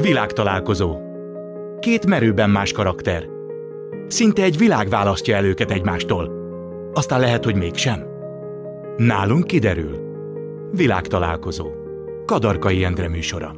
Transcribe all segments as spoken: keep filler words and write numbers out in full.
Világtalálkozó. Két merőben más karakter. Szinte egy világ választja el őket egymástól. Aztán lehet, hogy mégsem. Nálunk kiderül. Világtalálkozó. Kadarkai Endre műsora.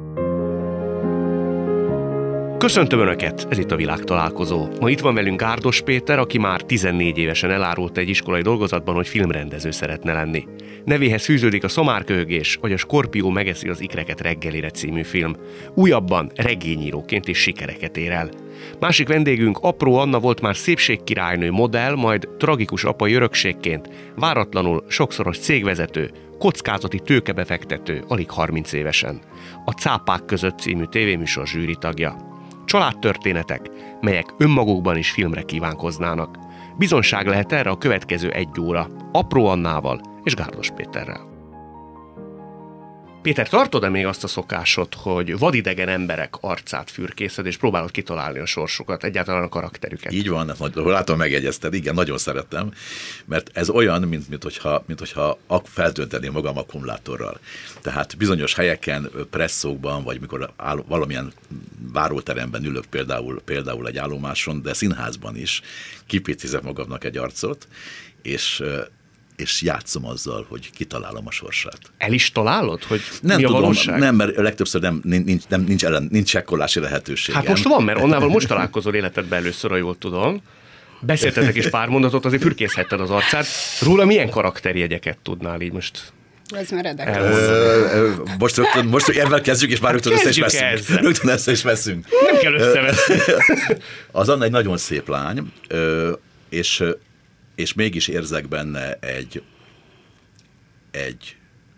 Köszöntöm Önöket, ez itt a Világtalálkozó. Ma itt van velünk Gárdos Péter, aki már tizennégy évesen elárulta egy iskolai dolgozatban, hogy filmrendező szeretne lenni. Nevéhez fűződik a Szomárköhögés, vagy a Skorpió megeszi az ikreket reggelire című film. Újabban regényíróként is sikereket ér el. Másik vendégünk Apró Anna volt már szépségkirálynő, modell, majd tragikus apai örökségként, váratlanul sokszoros cégvezető, kockázati tőkebefektető, alig harminc évesen. A Cápák között című tévéműsor zsűritagja. Családtörténetek, melyek önmagukban is filmre kívánkoznának. Bizonság lehet erre a következő egy óra, Apró Annával és Gárdos Péterrel. Péter, tartod-e még azt a szokásod, hogy vadidegen emberek arcát fürkészed, és próbálod kitalálni a sorsukat, egyáltalán a karakterüket? Így van, látom, megjegyezted, igen, nagyon szeretem, mert ez olyan, mint, mint hogyha, mint hogyha feltölteném magam akkumulátorral. Tehát bizonyos helyeken, presszókban, vagy mikor áll, valamilyen váróteremben ülök, például, például egy állomáson, de színházban is kipicizek magamnak egy arcot, és és játszom azzal, hogy kitalálom a sorsát. El is találod, hogy nem mi a tudom, valóság? Nem, mert legtöbbször nem, nincs, nem, nincs, ellen, nincs csekkolási lehetőségem. Hát most van, mert onnával most találkozol életedben először, ha jól tudom. Beszéltetek is pár mondatot, azért fürkészhetted az arcát. Róla milyen karakterjegyeket tudnál így most? Ez már most, rögtön, most ebben kezdjük, és már rögtön össze is veszünk. Rögtön össze is veszünk. Nem kell összeveszni. Az Anna egy nagyon szép lány, és és mégis érzek benne egy, egy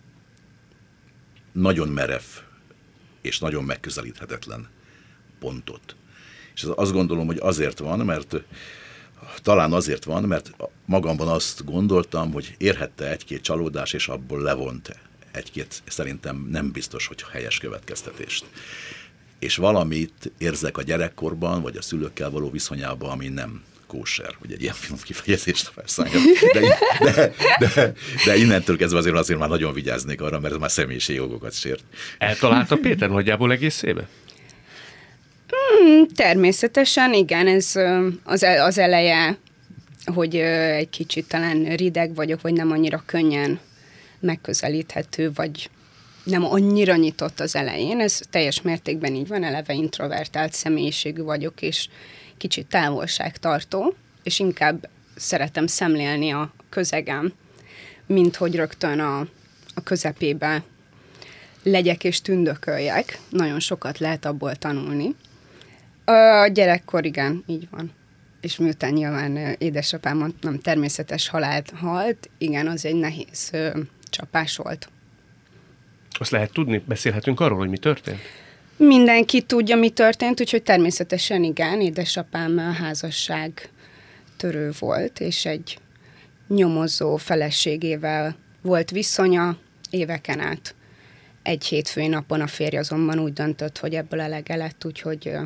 nagyon merev és nagyon megközelíthetetlen pontot. És azt gondolom, hogy azért van, mert talán azért van, mert magamban azt gondoltam, hogy érhette egy-két csalódás, és abból levont egy-két, szerintem nem biztos, hogy helyes következtetést. És valamit érzek a gyerekkorban, vagy a szülőkkel való viszonyában, ami nem kóser, hogy egy ilyen film kifejezést felszálljon. De, de, de, de innentől kezdve azért, azért már nagyon vigyáznék arra, mert ez már személyiségi jogokat sért. Eltalálta Péter nagyjából egészébe? Hmm, természetesen, igen, ez az, az eleje, hogy egy kicsit talán rideg vagyok, vagy nem annyira könnyen megközelíthető, vagy nem annyira nyitott az elején. Ez teljes mértékben így van, eleve introvertált személyiségű vagyok, és kicsit távolságtartó, és inkább szeretem szemlélni a közegem, mint hogy rögtön a, a közepébe legyek és tündököljek. Nagyon sokat lehet abból tanulni. A gyerekkor, igen, így van. És miután nyilván édesapám nem természetes halált halt, igen, az egy nehéz ö, csapás volt. Azt lehet tudni? Beszélhetünk arról, hogy mi történt? Mindenki tudja, mi történt, úgyhogy természetesen igen, édesapám házasság törő volt, és egy nyomozó feleségével volt viszonya éveken át. Egy hétfői napon a férj azonban úgy döntött, hogy ebből elege lett, úgyhogy ö,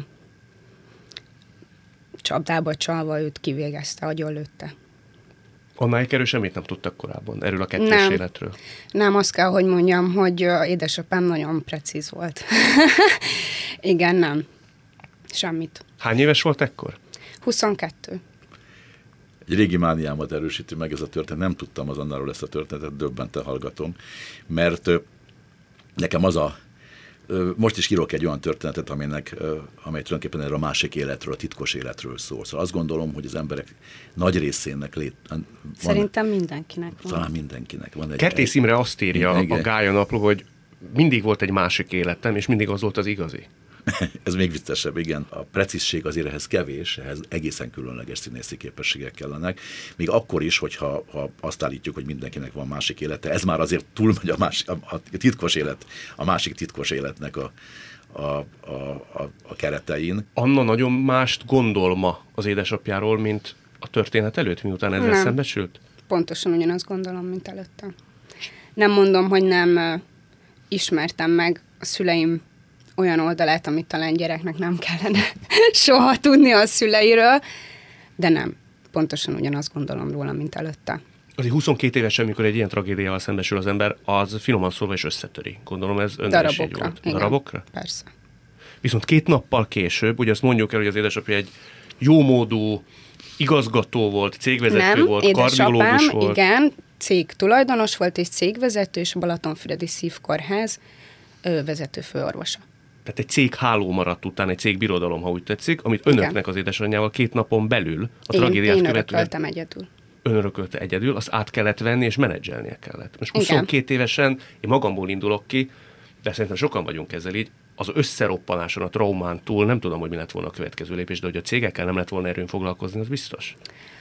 csapdába csalva őt kivégezte, agyonlőtte. Annáig erről semmit nem tudtak korábban, erről a kettős nem. életről? Nem, azt kell, hogy mondjam, hogy édesapám nagyon precíz volt. Igen, nem. Semmit. Hány éves volt ekkor? huszonkettő. Egy régi mániámat erősíti meg ez a történet. Nem tudtam az Annáról ezt a történetet, döbbenten hallgatom, mert nekem az a most is írok egy olyan történetet, aminek, amely tulajdonképpen erről a másik életről, a titkos életről szól. Szóval azt gondolom, hogy az emberek nagy részének lét... Van, szerintem mindenkinek van. Talán mindenkinek van. Egy, Kertész Imre azt írja igen. a Gája napló, hogy mindig volt egy másik életem, és mindig az volt az igazi. Ez még viccesebb, igen. A precízség azért ehhez kevés, ehhez egészen különleges színészi képességek kellenek. Még akkor is, hogyha ha azt állítjuk, hogy mindenkinek van másik élete, ez már azért túlmegy a, másik, a, a titkos élet, a másik titkos életnek a, a, a, a, a keretein. Anna nagyon mást gondol ma az édesapjáról, mint a történet előtt, miután ezzel nem. szembesült? Pontosan ugyanazt gondolom, mint előtte. Nem mondom, hogy nem uh, ismertem meg a szüleim olyan oldalát, amit talán gyereknek nem kellene soha tudni a szüleiről, de nem. Pontosan ugyanazt gondolom róla, mint előtte. Azért huszonkét évesen, amikor egy ilyen tragédiával szembesül az ember, az finoman szólva is összetöri. Gondolom ez önnel is így volt. Igen. Darabokra? Persze. Viszont két nappal később, ugye azt mondjuk el, hogy az édesapja egy jómódú igazgató volt, cégvezető Nem, volt, kardiológus volt. Igen, cég tulajdonos volt és cégvezető, és a Balatonfüredi Szívkórház ö, vezető főorvosa. Tehát egy cég háló maradt után, egy cég birodalom, ha úgy tetszik, amit önöknek igen. az édesanyjával két napon belül a én, tragédiát én követően... Én örököltem egyedül. Ön örökölte egyedül, azt át kellett venni, és menedzselnie kellett. Most huszonkét évesen, én magamból indulok ki, de szerintem sokan vagyunk ezzel így, az összeroppanáson, a traumán túl nem tudom, hogy mi lett volna a következő lépés, de hogy a cégekkel nem lett volna erőn foglalkozni, az biztos.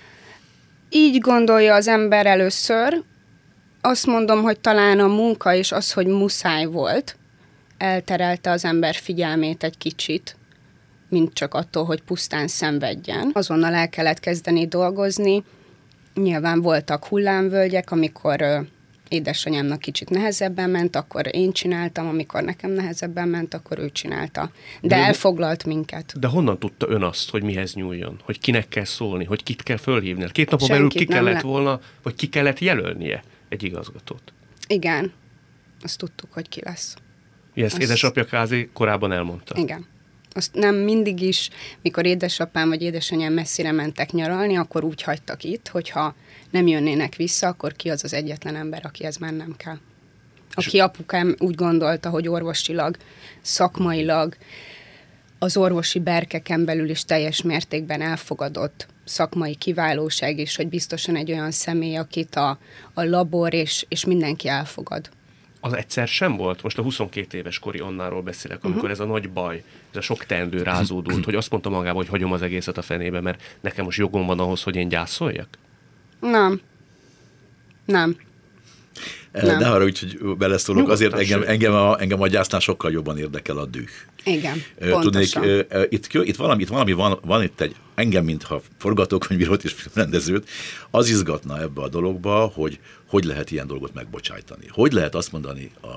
Így gondolja az ember először. Azt mondom, hogy talán a munka és az, hogy muszáj volt, elterelte az ember figyelmét egy kicsit, mint csak attól, hogy pusztán szenvedjen. Azonnal el kellett kezdeni dolgozni. Nyilván voltak hullámvölgyek, amikor ö, édesanyámnak kicsit nehezebben ment, akkor én csináltam, amikor nekem nehezebben ment, akkor ő csinálta. De, de elfoglalt minket. De honnan tudta ön azt, hogy mihez nyúljon? Hogy kinek kell szólni? Hogy kit kell fölhívni? Két napon belül ki kellett le... volna, vagy ki kellett jelölnie egy igazgatót? Igen. Azt tudtuk, hogy ki lesz. Ezt azt... édesapja kázi korábban elmondta. Igen. Azt nem mindig is, mikor édesapám vagy édesanyám messzire mentek nyaralni, akkor úgy hagytak itt, hogyha nem jönnének vissza, akkor ki az az egyetlen ember, akihez mennem kell. Aki apukám úgy gondolta, hogy orvosilag, szakmailag, az orvosi berkeken belül is teljes mértékben elfogadott szakmai kiválóság, és hogy biztosan egy olyan személy, akit a, a labor és, és mindenki elfogad. Az egyszer sem volt? Most a huszonkét éves kori Annáról beszélek, amikor uh-huh. ez a nagy baj, ez a sok teendő rázódult, hogy azt mondta magába, hogy hagyom az egészet a fenébe, mert nekem most jogom van ahhoz, hogy én gyászoljak? Nem. Nem. Nem. De arra úgy, hogy beleszólok, azért engem, engem, a, engem a gyásznál sokkal jobban érdekel a düh. Igen, Tudnék, itt, itt valami, itt valami van, van itt egy, engem, mintha forgatókönyvírót és filmrendezőt, az izgatna ebbe a dologba, hogy hogy lehet ilyen dolgot megbocsájtani. Hogy lehet azt mondani a,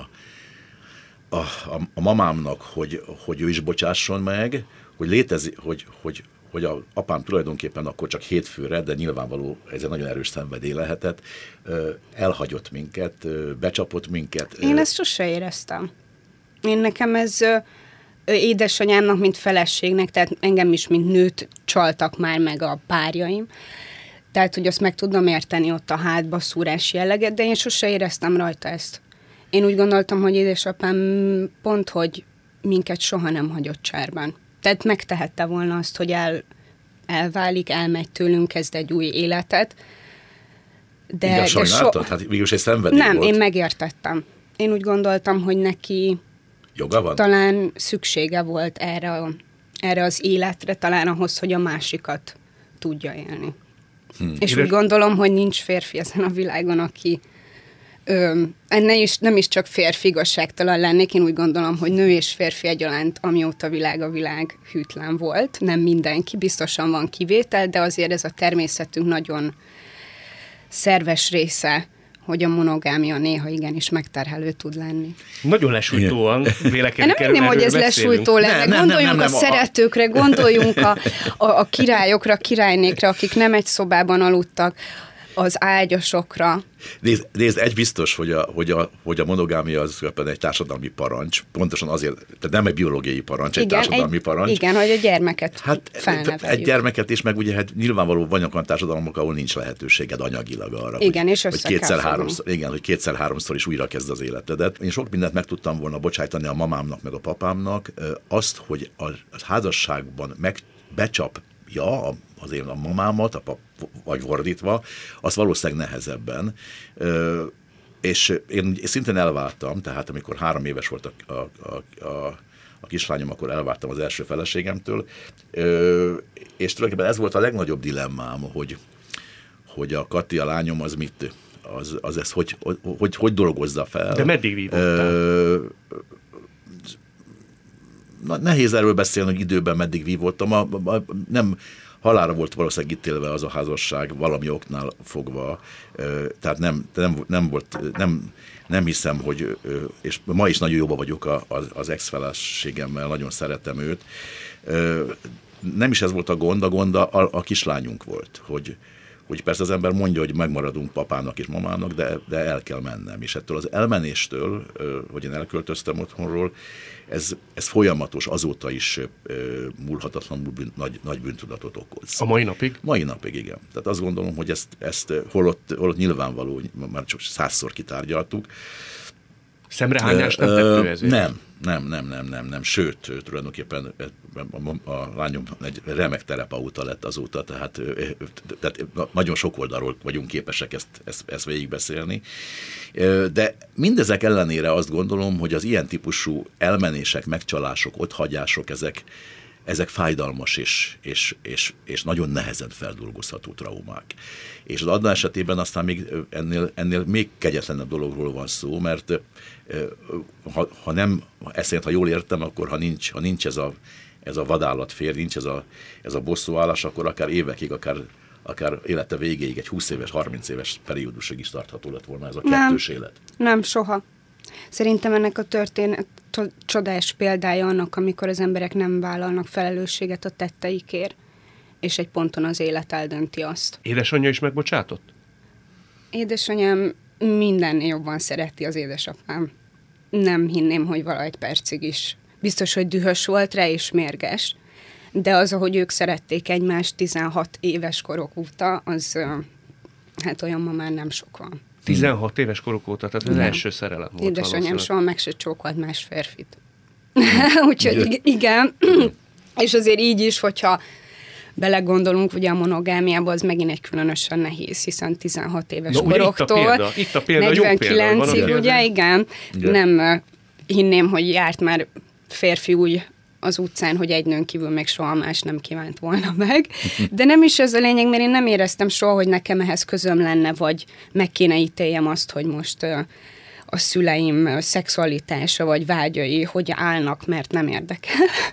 a, a, a mamámnak, hogy, hogy ő is bocsásson meg, hogy létezik, hogy, hogy, hogy a apám tulajdonképpen akkor csak hétfőre, de nyilvánvaló, ez egy nagyon erős szenvedély lehetett, elhagyott minket, becsapott minket. Én ezt sose éreztem. Én nekem ez édesanyámnak, mint feleségnek, tehát engem is, mint nőt csaltak már meg a párjaim. Tehát, hogy azt meg tudom érteni ott a hátba szúrás jelleget, de én sose éreztem rajta ezt. Én úgy gondoltam, hogy édesapám pont, hogy minket soha nem hagyott cserben. Tehát megtehette volna azt, hogy el, elválik, elmegy tőlünk, kezd egy új életet. De, Igen, de sajnáltad? so... Hát végülis egy szenvedély Nem, volt. én megértettem. Én úgy gondoltam, hogy neki joga van? Talán szüksége volt erre, erre az életre, talán ahhoz, hogy a másikat tudja élni. Hmm. És Édes... úgy gondolom, hogy nincs férfi ezen a világon, aki ö, ne is, nem is csak férfi, igazságtalan lennék, én úgy gondolom, hogy nő és férfi egyaránt, amióta világ a világ hűtlen volt. Nem mindenki, biztosan van kivétel, de azért ez a természetünk nagyon szerves része, hogy a monogámia néha igenis megterhelő tud lenni. Nagyon lesújtóan vélekedik. Nem hinném, hogy ez lesújtó lenne. Nem, gondoljunk nem, nem, nem, a szeretőkre, gondoljunk a, a, a királyokra, királynékra, akik nem egy szobában aludtak, az ágyasokra. Nézd, nézd, egy biztos, hogy a, hogy a, hogy a monogámia az egy társadalmi parancs, pontosan azért, tehát nem egy biológiai parancs, egy igen, társadalmi egy, parancs. Igen, hogy a gyermeket hát, felneveljük. Egy gyermeket is, meg ugye hát nyilvánvaló vannak olyan társadalmak, ahol nincs lehetőséged anyagilag arra, igen, hogy, és hogy kétszer-háromszor, igen, hogy kétszer-háromszor is újra kezd az életedet. Én sok mindent meg tudtam volna bocsájtani a mamámnak, meg a papámnak, azt, hogy a házasságban meg becsapja azért a mamámat, a pap, vagy fordítva, az valószínűleg nehezebben. Ö, és én szintén elváltam, tehát amikor három éves volt a, a, a, a, a kislányom, akkor elváltam az első feleségemtől, ö, és tulajdonképpen ez volt a legnagyobb dilemmám, hogy, hogy a Kati, a lányom, az mit, az, az ezt hogy, hogy, hogy, hogy dolgozza fel. De meddig vívottál? Nehéz erről beszélni, hogy időben meddig vívottam. A, a, nem halálra volt valószínűleg ítélve az a házasság valami oknál fogva, tehát nem, nem, nem volt, nem, nem hiszem, hogy, és ma is nagyon jóba vagyok az, az ex-feleségemmel, nagyon szeretem őt. Nem is ez volt a gond, a gond a, a kislányunk volt, hogy, hogy persze az ember mondja, hogy megmaradunk papának és mamának, de, de el kell mennem. És ettől az elmenéstől, hogy én elköltöztem otthonról, ez, ez folyamatos, azóta is múlhatatlanul bűn, nagy, nagy bűntudatot okoz. A mai napig? Mai napig, igen. Tehát azt gondolom, hogy ezt, ezt holott, holott nyilvánvaló, már csak százszor kitárgyaltuk. Szemrehányás nem tett ő ezért? Nem, nem, nem, nem, nem, nem. Sőt, tulajdonképpen a, a lányom egy remek terapeuta lett azóta, tehát, tehát nagyon sok oldalról vagyunk képesek ezt, ezt, ezt végigbeszélni. De mindezek ellenére azt gondolom, hogy az ilyen típusú elmenések, megcsalások, otthagyások, ezek, ezek fájdalmas és, és, és, és nagyon nehezen feldolgozható traumák. És az Adna esetében aztán még ennél, ennél még kegyetlenebb dologról van szó, mert ha, ha nem, ezt szerint, ha jól értem, akkor ha nincs, ha nincs ez a, ez a vadállatfér, nincs ez a, ez a bosszúállás, akkor akár évekig, akár, akár élete végéig, egy húsz éves, harminc éves periódusig is tartható lett volna ez a kettős nem, élet. Nem, soha. Szerintem ennek a történet csodás példája annak, amikor az emberek nem vállalnak felelősséget a tetteikért, és egy ponton az élet eldönti azt. Édesanyja is megbocsátott? Édesanyám mindennél jobban szereti az édesapám. Nem hinném, hogy valahogy percig is. Biztos, hogy dühös volt rá és mérges, de az, ahogy ők szerették egymást tizenhat éves korok óta, az hát olyan ma már nem sok van. tizenhat éves korok óta, tehát az nem. első szerelem volt. Édesanyám soha meg se csókolt más férfit. Úgyhogy igen, és azért így is, hogyha belegondolunk, ugye a monogámiában, az megint egy különösen nehéz, hiszen tizenhat éves no, koroktól itt a példa, negyvenkilencig, ugye, igen, igen, nem hinném, hogy járt már férfi úgy az utcán, hogy egy nőn kívül még soha más nem kívánt volna meg. De nem is ez a lényeg, mert én nem éreztem soha, hogy nekem ehhez közöm lenne, vagy meg kéne ítéljem azt, hogy most a szüleim szexualitása vagy vágyai hogy állnak, mert nem érdekel.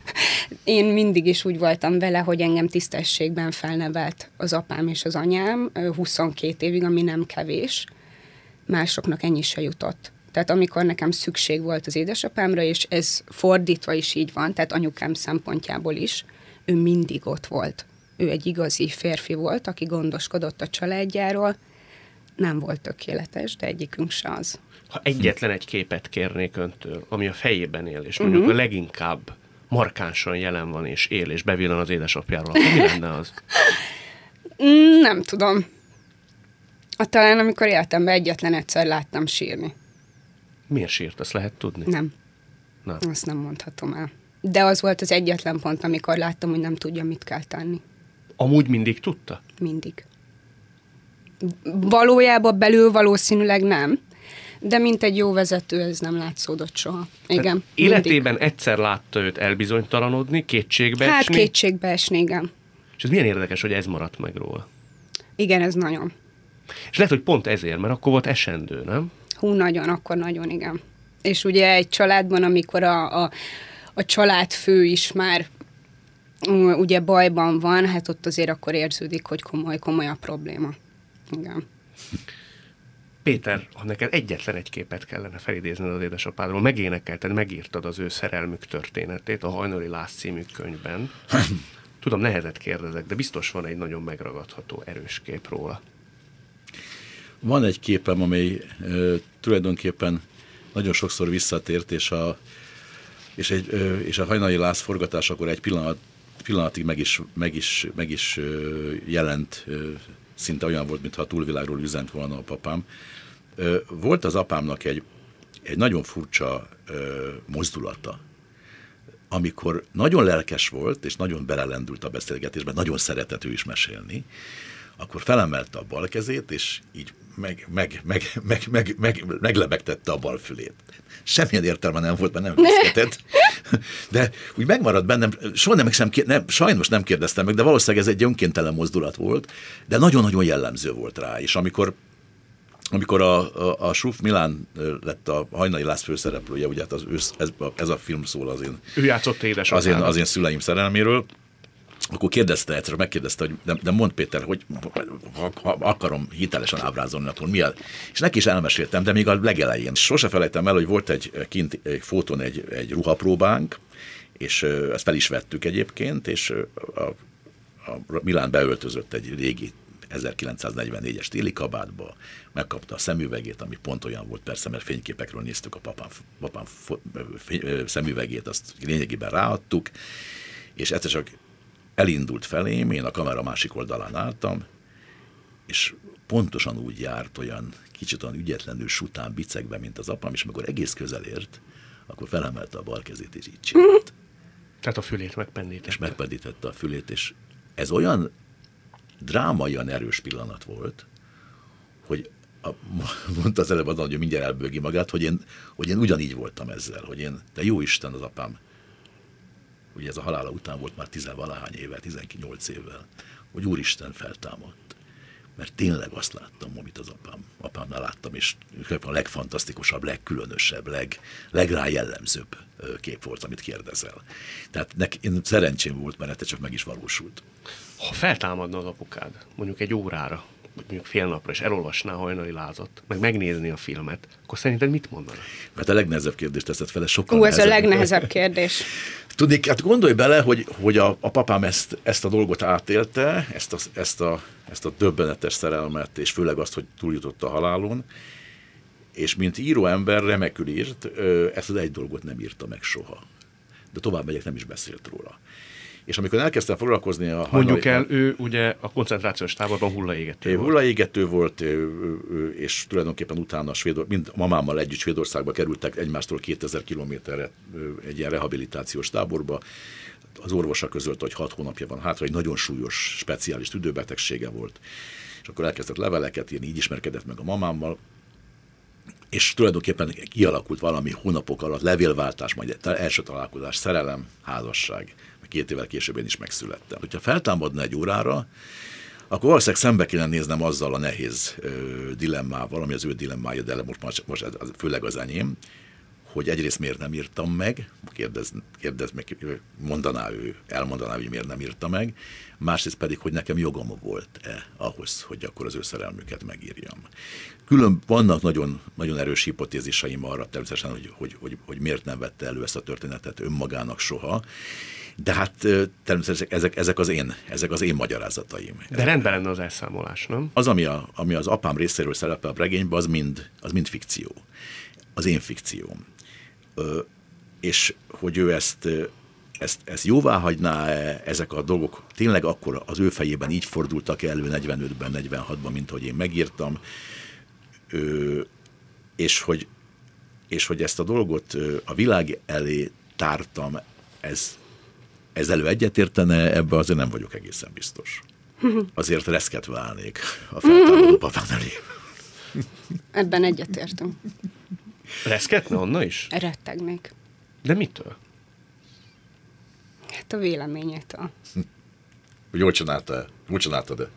Én mindig is úgy voltam vele, hogy engem tisztességben felnevelt az apám és az anyám huszonkét évig, ami nem kevés. Másoknak ennyi se jutott. Tehát amikor nekem szükség volt az édesapámra, és ez fordítva is így van, tehát anyukám szempontjából is, ő mindig ott volt. Ő egy igazi férfi volt, aki gondoskodott a családjáról. Nem volt tökéletes, de egyikünk se az. Ha egyetlen egy képet kérnék öntől, ami a fejében él, és mondjuk uh-huh. a leginkább markánsan jelen van, és él, és bevillan az édesapjáról, akkor mi lenne az? Nem tudom. A talán amikor életemben egyetlen egyszer láttam sírni. Miért sírt, azt lehet tudni? Nem. nem. Azt nem mondhatom el. De az volt az egyetlen pont, amikor láttam, hogy nem tudja, mit kell tenni. Amúgy mindig tudta? Mindig. Valójában belül valószínűleg nem, de mint egy jó vezető, ez nem látszódott soha. Igen. Életében mindig. Egyszer látta őt elbizonytalanodni, kétségbe hát, esni? Hát kétségbe esni, igen. És ez milyen érdekes, hogy ez maradt meg róla. Igen, ez nagyon. És lehet, hogy pont ezért, mert akkor volt esendő, nem? Hú, nagyon, akkor nagyon, igen. És ugye egy családban, amikor a, a, a családfő is már ugye bajban van, hát ott azért akkor érződik, hogy komoly-komoly a probléma. Igen. Péter, ha neked egyetlen egy képet kellene felidézned az édesapádról, megénekelted, megírtad az ő szerelmük történetét a Hajnali Lász című könyvben. Tudom, nehezet kérdezek, de biztos van egy nagyon megragadható, erős kép róla. Van egy képem, amely ö, tulajdonképpen nagyon sokszor visszatért, és a, és egy, ö, és a Hajnali Lász forgatásakor egy pillanat, pillanatig meg is, meg is, meg is ö, jelent, ö, szinte olyan volt, mintha a túlvilágról üzent volna a papám. Ö, volt az apámnak egy, egy nagyon furcsa ö, mozdulata, amikor nagyon lelkes volt, és nagyon belelendült a beszélgetésben, nagyon szeretett ő is mesélni, akkor felemelte a bal kezét, és így meg, meg, meg, meg, meg, meg, meglebegtette a bal fülét. Semmilyen értelme nem volt, mert nem viszketett. De úgy megmaradt bennem, soha nem, sem, nem, sajnos nem kérdeztem meg, de valószínűleg ez egy önkéntelen mozdulat volt, de nagyon-nagyon jellemző volt rá. És amikor, amikor a, a, a Schuff Milán lett a Hajnali Lász főszereplője, ugye az, ez, ez a film szól az én, ő játszott az én, az én szüleim szerelméről, akkor kérdezte egyszer, megkérdezte, hogy de, de mondd Péter, hogy ha, ha akarom hitelesen ábrázolni, akkor mi a... És neki is elmeséltem, de még a legelején. Sose felejtem el, hogy volt egy kint egy fotón egy, egy ruhapróbánk, és ezt fel is vettük egyébként, és a, a Milán beöltözött egy régi ezerkilencszáznegyvennégyes téli kabátba, megkapta a szemüvegét, ami pont olyan volt persze, mert fényképekről néztük a papám, papám szemüvegét, azt lényegében ráadtuk, és egyszer csak elindult felém, én a kamera másik oldalán álltam, és pontosan úgy járt, olyan kicsit olyan ügyetlenül sután bicegve, mint az apám, és amikor egész közel ért, akkor felemelte a bal kezét, és így csinált. Tehát a fülét megpendítette. És megpendítette a fülét, és ez olyan drámaian erős pillanat volt, hogy a, mondta az előbb, hogy mindjárt elbőgi magát, hogy én, hogy én ugyanígy voltam ezzel, hogy én, de jó Isten, az apám, ugye ez a halála után volt már tizenvalahány évvel, tizennyolc évvel, hogy Úristen feltámadt. Mert tényleg azt láttam, amit az apám, apámnál láttam, és a legfantasztikusabb, legkülönösebb, leg, legrá jellemzőbb kép volt, amit kérdezel. Tehát neki, én szerencsém volt, mert ez csak meg is valósult. Ha feltámadna az apukád, mondjuk egy órára, vagy mondjuk fél napra, és elolvasná a Hajnali lázat, meg megnézni a filmet, akkor szerinted mit mondana? Mert a legnehezebb kérdést teszed fel, ez sokkal Ú, ez nehezebb. a legnehezebb kérdés. Tudni, hát gondolj bele, hogy, hogy a, a papám ezt, ezt a dolgot átélte, ezt a, ezt, a, ezt a döbbenetes szerelmet, és főleg azt, hogy túljutott a halálon, és mint író ember remekül írt, ezt az egy dolgot nem írta meg soha. De tovább megyek, nem is beszélt róla. És amikor elkezdtem foglalkozni a... Mondjuk hajnali, el, ő ugye a koncentrációs táborban hullaégető volt. Hullaégető volt, és tulajdonképpen utána Svédor, mind mamámmal együtt Svédországba kerültek egymástól kétezer kilométerre egy ilyen rehabilitációs táborba. Az orvosa közölte, hogy hat hónapja van hátra, egy nagyon súlyos, speciális tüdőbetegsége volt. És akkor elkezdett leveleket írni, így ismerkedett meg a mamámmal, és tulajdonképpen kialakult valami hónapok alatt levélváltás, majd első találkozás, szerelem, házasság. Két évvel később én is megszülettem. Hogyha feltámadna egy órára, akkor valószínűleg szembe kéne néznem azzal a nehéz ö, dilemmával, ami az ő dilemmája, de most, most ez, főleg az enyém, hogy egyrészt miért nem írtam meg, kérdez, kérdez meg, mondaná ő, elmondaná, hogy miért nem írta meg, másrészt pedig, hogy nekem jogom volt-e ahhoz, hogy akkor az ő szerelmüket megírjam. Külön vannak nagyon, nagyon erős hipotézisaim arra természetesen, hogy, hogy, hogy, hogy miért nem vette elő ezt a történetet önmagának soha, de hát természetesen ezek, ezek, az én, ezek az én magyarázataim. De rendben lenne az elszámolás, nem? Az, ami, a, ami az apám részéről szerepel a regényben, az mind, az mind fikció. Az én fikcióm. Ö, és hogy ő ezt, ezt, ezt jóvá hagyná, ezek a dolgok tényleg akkor az ő fejében így fordultak elő negyvenötben, negyvenhatban, mint hogy én megírtam, ö, és, hogy, és hogy ezt a dolgot a világ elé tártam, ez Ez elő egyetértene, ebbe azért nem vagyok egészen biztos. Azért reszketve állnék a feltámadó papám elé. Ebben egyetértünk. Reszketne Anna is? Rettegnék. De mitől? Hát a véleményétől. Hogy jól csinálta-e? Jól csináltad-e?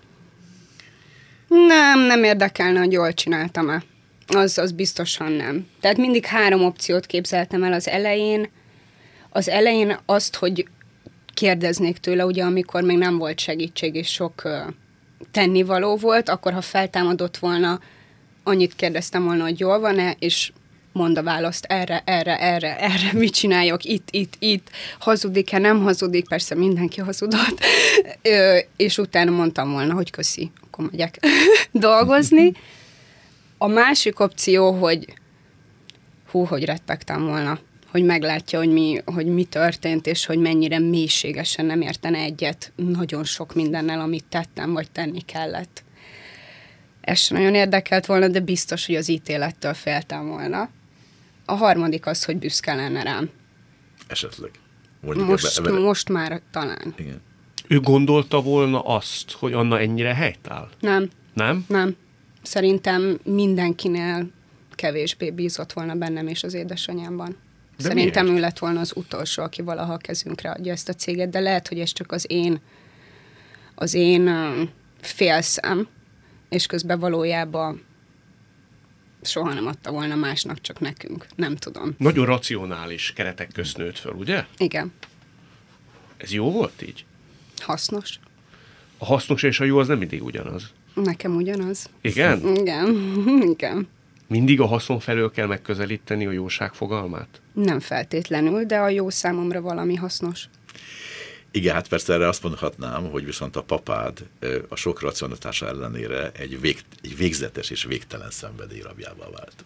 Nem, nem érdekelne, hogy jól csináltam-e. Az, az biztosan nem. Tehát mindig három opciót képzeltem el az elején. Az elején azt, hogy kérdeznék tőle, ugye amikor még nem volt segítség, és sok uh, tennivaló volt, akkor ha feltámadott volna, annyit kérdeztem volna, hogy jól van-e, és mond a választ erre, erre, erre, erre, mit csináljak, itt, itt, itt, hazudik-e, nem hazudik, persze mindenki hazudott, Ö, és utána mondtam volna, hogy köszi, akkor megyek dolgozni. A másik opció, hogy hú, hogy rettegtem volna, hogy meglátja, hogy mi, hogy mi történt, és hogy mennyire mélységesen nem értene egyet nagyon sok mindennel, amit tettem, vagy tenni kellett. Ez sem nagyon érdekelt volna, de biztos, hogy az ítélettől féltem volna. A harmadik az, hogy büszke lenne rám. Esetleg. Most, ebbe, ebbe... most már talán. Igen. Ő gondolta volna azt, hogy Anna ennyire helytáll? Nem. Nem? Nem. Szerintem mindenkinél kevésbé bízott volna bennem és az édesanyámban. De Szerintem miért? Ő lett volna az utolsó, aki valaha a kezünkre adja ezt a céget, de lehet, hogy ez csak az én, az én uh, félszem, és közben valójában soha nem adta volna másnak, csak nekünk. Nem tudom. Nagyon racionális keretek közt nőtt föl, ugye? Igen. Ez jó volt így? Hasznos. A hasznos és a jó az nem mindig ugyanaz. Nekem ugyanaz. Igen? Igen. Igen. Mindig a haszon felől kell megközelíteni a jóság fogalmát? Nem feltétlenül, de a jó számomra valami hasznos. Igen, hát persze erre azt mondhatnám, hogy viszont a papád a sok racionalitása ellenére egy, vég, egy végzetes és végtelen szenvedély rabjává vált.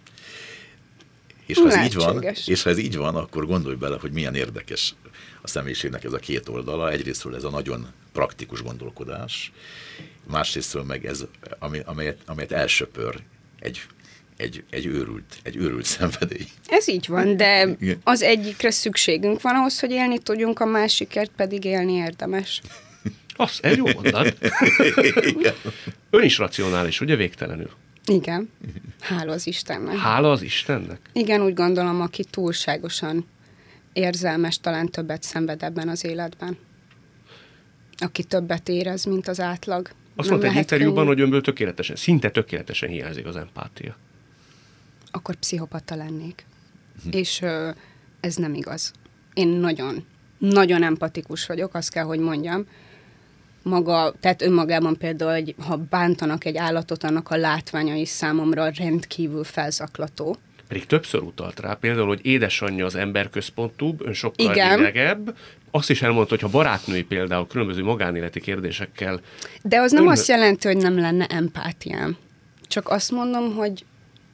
És ha, ez így van, és ha ez így van, akkor gondolj bele, hogy milyen érdekes a személyiségnek ez a két oldala. Egyrésztről ez a nagyon praktikus gondolkodás, másrésztről meg ez, ami, amelyet, amelyet elsöpör egy, egy, egy, őrült, egy őrült szenvedély. Ez így van, de az egyikre szükségünk van ahhoz, hogy élni tudjunk, a másikért pedig élni érdemes. Az, egy jó mondat. Ön is racionális, ugye, végtelenül? Igen. Hála az Istennek. Hála az Istennek? Igen, úgy gondolom, aki túlságosan érzelmes, talán többet szenved ebben az életben. Aki többet érez, mint az átlag. Azt mondta egy interjúban, hogy önből tökéletesen, szinte tökéletesen hiányzik az empátia. Akkor pszichopata lennék. Hm. És ö, ez nem igaz. Én nagyon, nagyon empatikus vagyok, azt kell, hogy mondjam. Maga, tehát önmagában például, hogy ha bántanak egy állatot, annak a látványa is számomra rendkívül felzaklató. Pedig többször utalt rá, például, hogy édesanyja az emberközpontúbb, ön sokkal Igen. idegebb. Azt is elmondta, hogy ha barátnői például különböző magánéleti kérdésekkel... De az nem ön... azt jelenti, hogy nem lenne empátiám. Csak azt mondom, hogy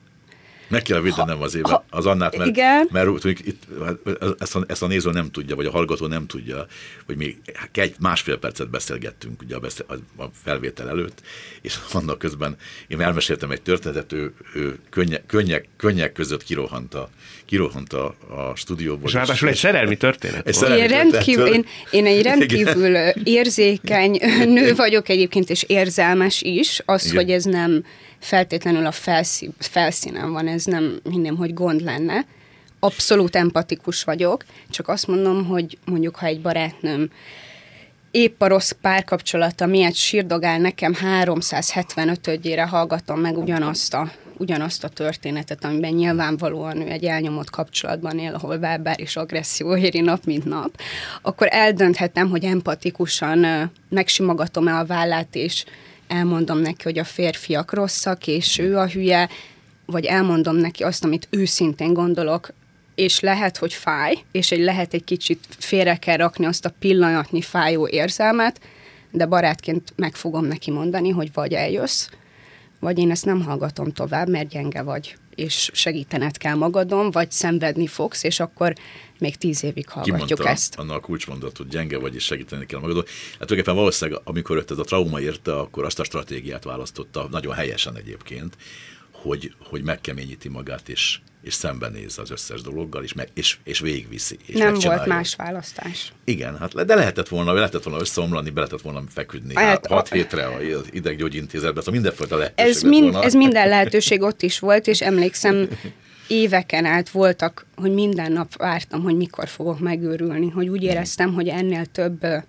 meg kell védenem az éve, az Annát, mert, igen. mert, mert itt, ezt, a, ezt a néző nem tudja, vagy a hallgató nem tudja, hogy még egy másfél percet beszélgettünk ugye a, beszél, a felvétel előtt, és annak közben én elmeséltem egy történetet, ő, ő könnyek, könnyek, könnyek között kirohant a, kirohant a, a stúdióból. És ráadásul egy szerelmi történet. Egy szerelmi én, rendkívül, én, én egy rendkívül érzékeny nő vagyok egyébként, és érzelmes is. Az, igen. hogy ez nem feltétlenül a felszí, felszínen van, ez nem hinném, hogy gond lenne. Abszolút empatikus vagyok, csak azt mondom, hogy mondjuk, ha egy barátnőm épp a rossz párkapcsolata miatt sírdogál nekem háromszázhetvenötödjére hallgatom meg ugyanazt a, ugyanazt a történetet, amiben nyilvánvalóan ő egy elnyomott kapcsolatban él, ahol verbális és agresszió éri nap, mint nap, akkor eldönthetem, hogy empatikusan megsimogatom-e a vállát, és elmondom neki, hogy a férfiak rosszak, és ő a hülye, vagy elmondom neki azt, amit őszintén gondolok, és lehet, hogy fáj, és egy lehet egy kicsit félre kell rakni azt a pillanatnyi fájó érzelmet, de barátként meg fogom neki mondani, hogy vagy eljössz, vagy én ezt nem hallgatom tovább, mert gyenge vagy, és segítened kell magadon, vagy szenvedni fogsz, és akkor még tíz évig hallgatjuk Kimondta ezt. Annak a kulcsmondat, hogy gyenge vagy, és segíteni kell magadon. Hát tulajdonképpen valószínűleg, amikor őt ez a trauma érte, akkor azt a stratégiát választotta, nagyon helyesen egyébként, hogy, hogy megkeményíti magát, és, és szembenéz az összes dologgal, és, meg, és, és végigviszi. És nem volt más választás. Igen, hát de lehetett volna, lehetett volna összeomlani, be lehetett volna feküdni hát, hat a... hétre az ideggyógyintézetben, szóval mindenfajta lehetőség ez, mind, volna. ez minden lehetőség ott is volt, és emlékszem, éveken át voltak, hogy minden nap vártam, hogy mikor fogok megőrülni, hogy úgy éreztem, hogy ennél több uh,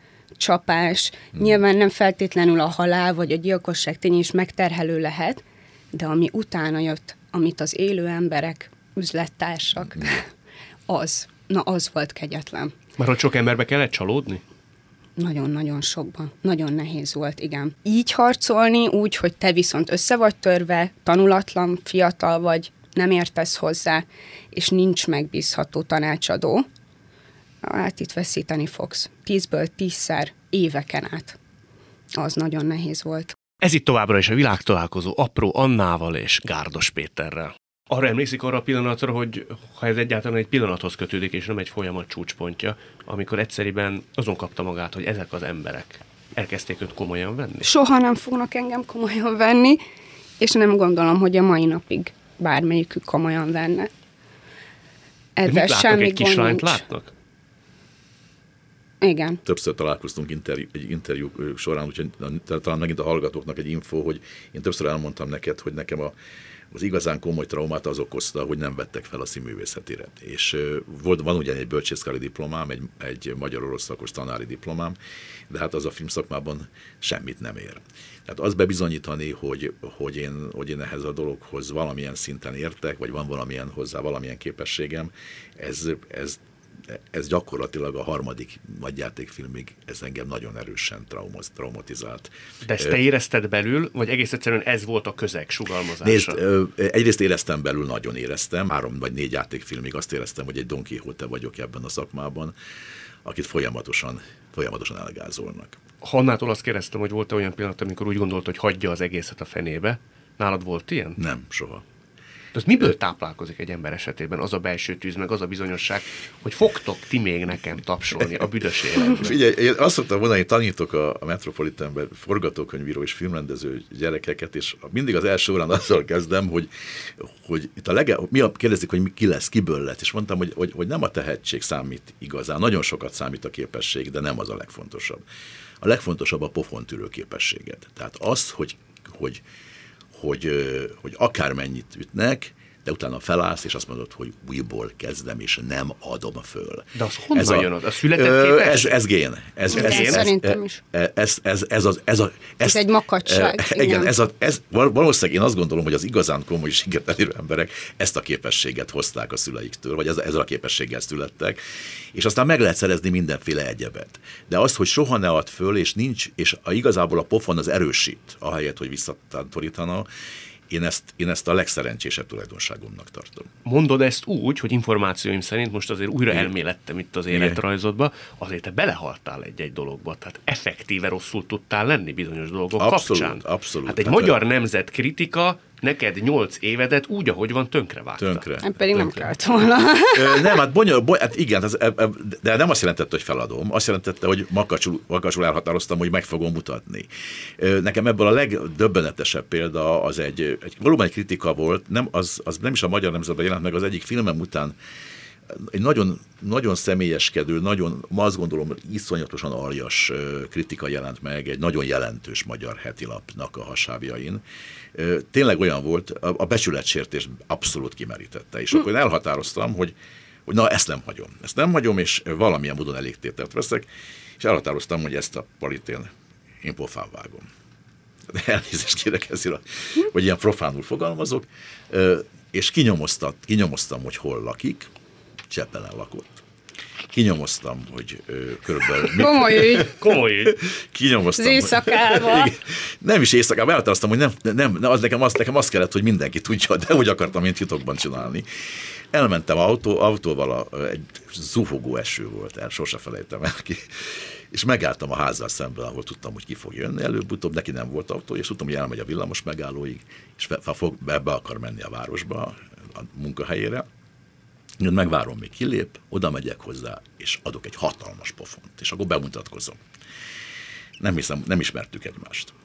csapás, hmm. nyilván nem feltétlenül a halál vagy a gyilkosság tény is megterhelő lehet, de ami utána jött, amit az élő emberek, üzlettársak, az, na az volt kegyetlen. Már hogy sok emberbe kellett csalódni? Nagyon-nagyon sokban. Nagyon nehéz volt, igen. Így harcolni, úgy, hogy te viszont össze vagy törve, tanulatlan, fiatal vagy, nem értesz hozzá, és nincs megbízható tanácsadó, hát itt veszíteni fogsz. Tízből tízszer éveken át. Az nagyon nehéz volt. Ez itt továbbra is a Világtalálkozó Apró Annával és Gárdos Péterrel. Arra emlékszik arra a pillanatra, hogy ha ez egyáltalán egy pillanathoz kötődik, és nem egy folyamat csúcspontja, amikor egyszeriben azon kapta magát, hogy ezek az emberek elkezdték őt komolyan venni? Soha nem fognak engem komolyan venni, és nem gondolom, hogy a mai napig bármelyikük komolyan venne. Ezzel mit látnak, egy kislányt látnak? Igen. Többször találkoztunk interjú, egy interjú során, úgyhogy talán megint a hallgatóknak egy info, hogy én többször elmondtam neked, hogy nekem a, az igazán komoly traumát az okozta, hogy nem vettek fel a színművészetire. És volt, van ugye egy bölcsészkári diplomám, egy, egy magyar-orosz szakos tanári diplomám, de hát az a filmszakmában semmit nem ér. Tehát azt bebizonyítani, hogy, hogy, én, hogy én ehhez a dologhoz valamilyen szinten értek, vagy van valamilyen hozzá valamilyen képességem, ez, ez ez gyakorlatilag a harmadik nagyjátékfilmig, ez engem nagyon erősen traumaz, traumatizált. De ezt te érezted belül, vagy egész egyszerűen ez volt a közeg sugalmazása? Nézd, egyrészt éreztem belül, nagyon éreztem. Három vagy négy játékfilmig azt éreztem, hogy egy Don Quixote vagyok ebben a szakmában, akit folyamatosan, folyamatosan elgázolnak. Hannától azt kérdeztem, hogy volt-e olyan pillanat, amikor úgy gondolt, hogy hagyja az egészet a fenébe. Nálad volt ilyen? Nem, soha. De az miből táplálkozik egy ember esetében az a belső tűz, meg az a bizonyosság, hogy fogtok ti még nekem tapsolni a büdös életben? Figyelj, én azt szoktam mondani, hogy tanítok a Metropolitanben forgatókönyvíró és filmrendező gyerekeket, és mindig az első órán azzal kezdem, hogy, hogy itt a lege, mi a, kérdezik, hogy ki lesz, kiből lett, és mondtam, hogy, hogy, hogy nem a tehetség számít igazán, nagyon sokat számít a képesség, de nem az a legfontosabb. A legfontosabb a pofontűrő képességed. Tehát az, hogy, hogy Hogy, hogy akármennyit ütnek, de utána felállsz, és azt mondod, hogy újból kezdem, és nem adom föl. De az honnan ez a, jön az? A született képesség? Ez, ez gén. Ez, ez, ez, szerintem is. Ez, ez, ez, ez, az, ez, a, ez, ez egy makacság. E, igen, igen. Ez, a, ez valószínűleg én azt gondolom, hogy az igazán komoly sikert elérő emberek ezt a képességet hozták a szüleiktől, vagy ezzel a képességgel születtek, és aztán meg lehet szerezni mindenféle egyebet. De az, hogy soha ne add föl, és nincs, és a, igazából a pofon az erősít, ahelyett, hogy visszatántorítana. Én ezt, én ezt a legszerencsésebb tulajdonságomnak tartom. Mondod ezt úgy, hogy információim szerint most azért újra elmélettem itt az életrajzodba, azért te belehaltál egy-egy dologba, tehát effektíve rosszul tudtál lenni bizonyos dolgok abszolút, kapcsán. Abszolút. Hát egy hát magyar nemzet kritika neked nyolc évedet úgy, ahogy van, tönkrevágta. Tönkre. Hát pedig tönkre. nem kellett volna. Ö, nem, hát bonyolult, boly, hát igen, ez, de nem azt jelentette, hogy feladom, azt jelentette, hogy makacsul, makacsul elhatároztam, hogy meg fogom mutatni. Nekem ebből a legdöbbenetesebb példa az egy, egy valóban egy kritika volt, nem, az, az nem is a Magyar Nemzetben jelent meg, az egyik filmem után egy nagyon, nagyon személyeskedő, nagyon, azt gondolom, iszonyatosan aljas kritika jelent meg egy nagyon jelentős magyar hetilapnak a hasábjain. Tényleg olyan volt, a becsületsértés abszolút kimerítette, és akkor én elhatároztam, hogy, hogy na, ezt nem hagyom. Ezt nem hagyom, és valamilyen módon elégtételt veszek, és elhatároztam, hogy ezt a palit én, én pofán vágom. De elnézést kérek ezért, hogy ilyen profánul fogalmazok, és kinyomoztam, kinyomoztam, hogy hol lakik, Csepelen lakott. Kinyomoztam, hogy ö, körülbelül... Komoly ügy. Komoly ügy. Kinyomoztam. Az éjszakában. Nem is éjszakában, elhatároztam, hogy nem, nem, nem az, nekem, az, nekem azt kellett, hogy mindenki tudja, de úgy akartam én titokban csinálni. Elmentem autó, autóval, a, egy zuhogó eső volt, el, sose felejtem el ki. És megálltam a házzal szemben, ahol tudtam, hogy ki fog jönni előbb-utóbb, neki nem volt autó, és tudtam, hogy elmegy a villamos megállóig, és be, be, be akar menni a városba, a munkahelyére. Én megvárom, még kilép, oda megyek hozzá, és adok egy hatalmas pofont, és akkor bemutatkozom. Nem hiszem, nem ismertük egymást.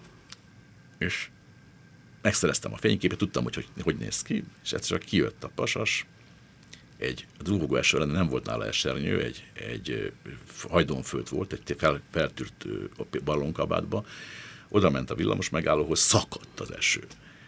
És megszereztem a fényképet, tudtam, hogy hogy, hogy néz ki, és egyszer kijött a pasas, egy zuhogó eső ellen nem volt nála esernyő, egy, egy hajdonföld volt, egy fel, feltűrt ballonkabátba, oda ment a villamos megállóhoz, szakadt az eső.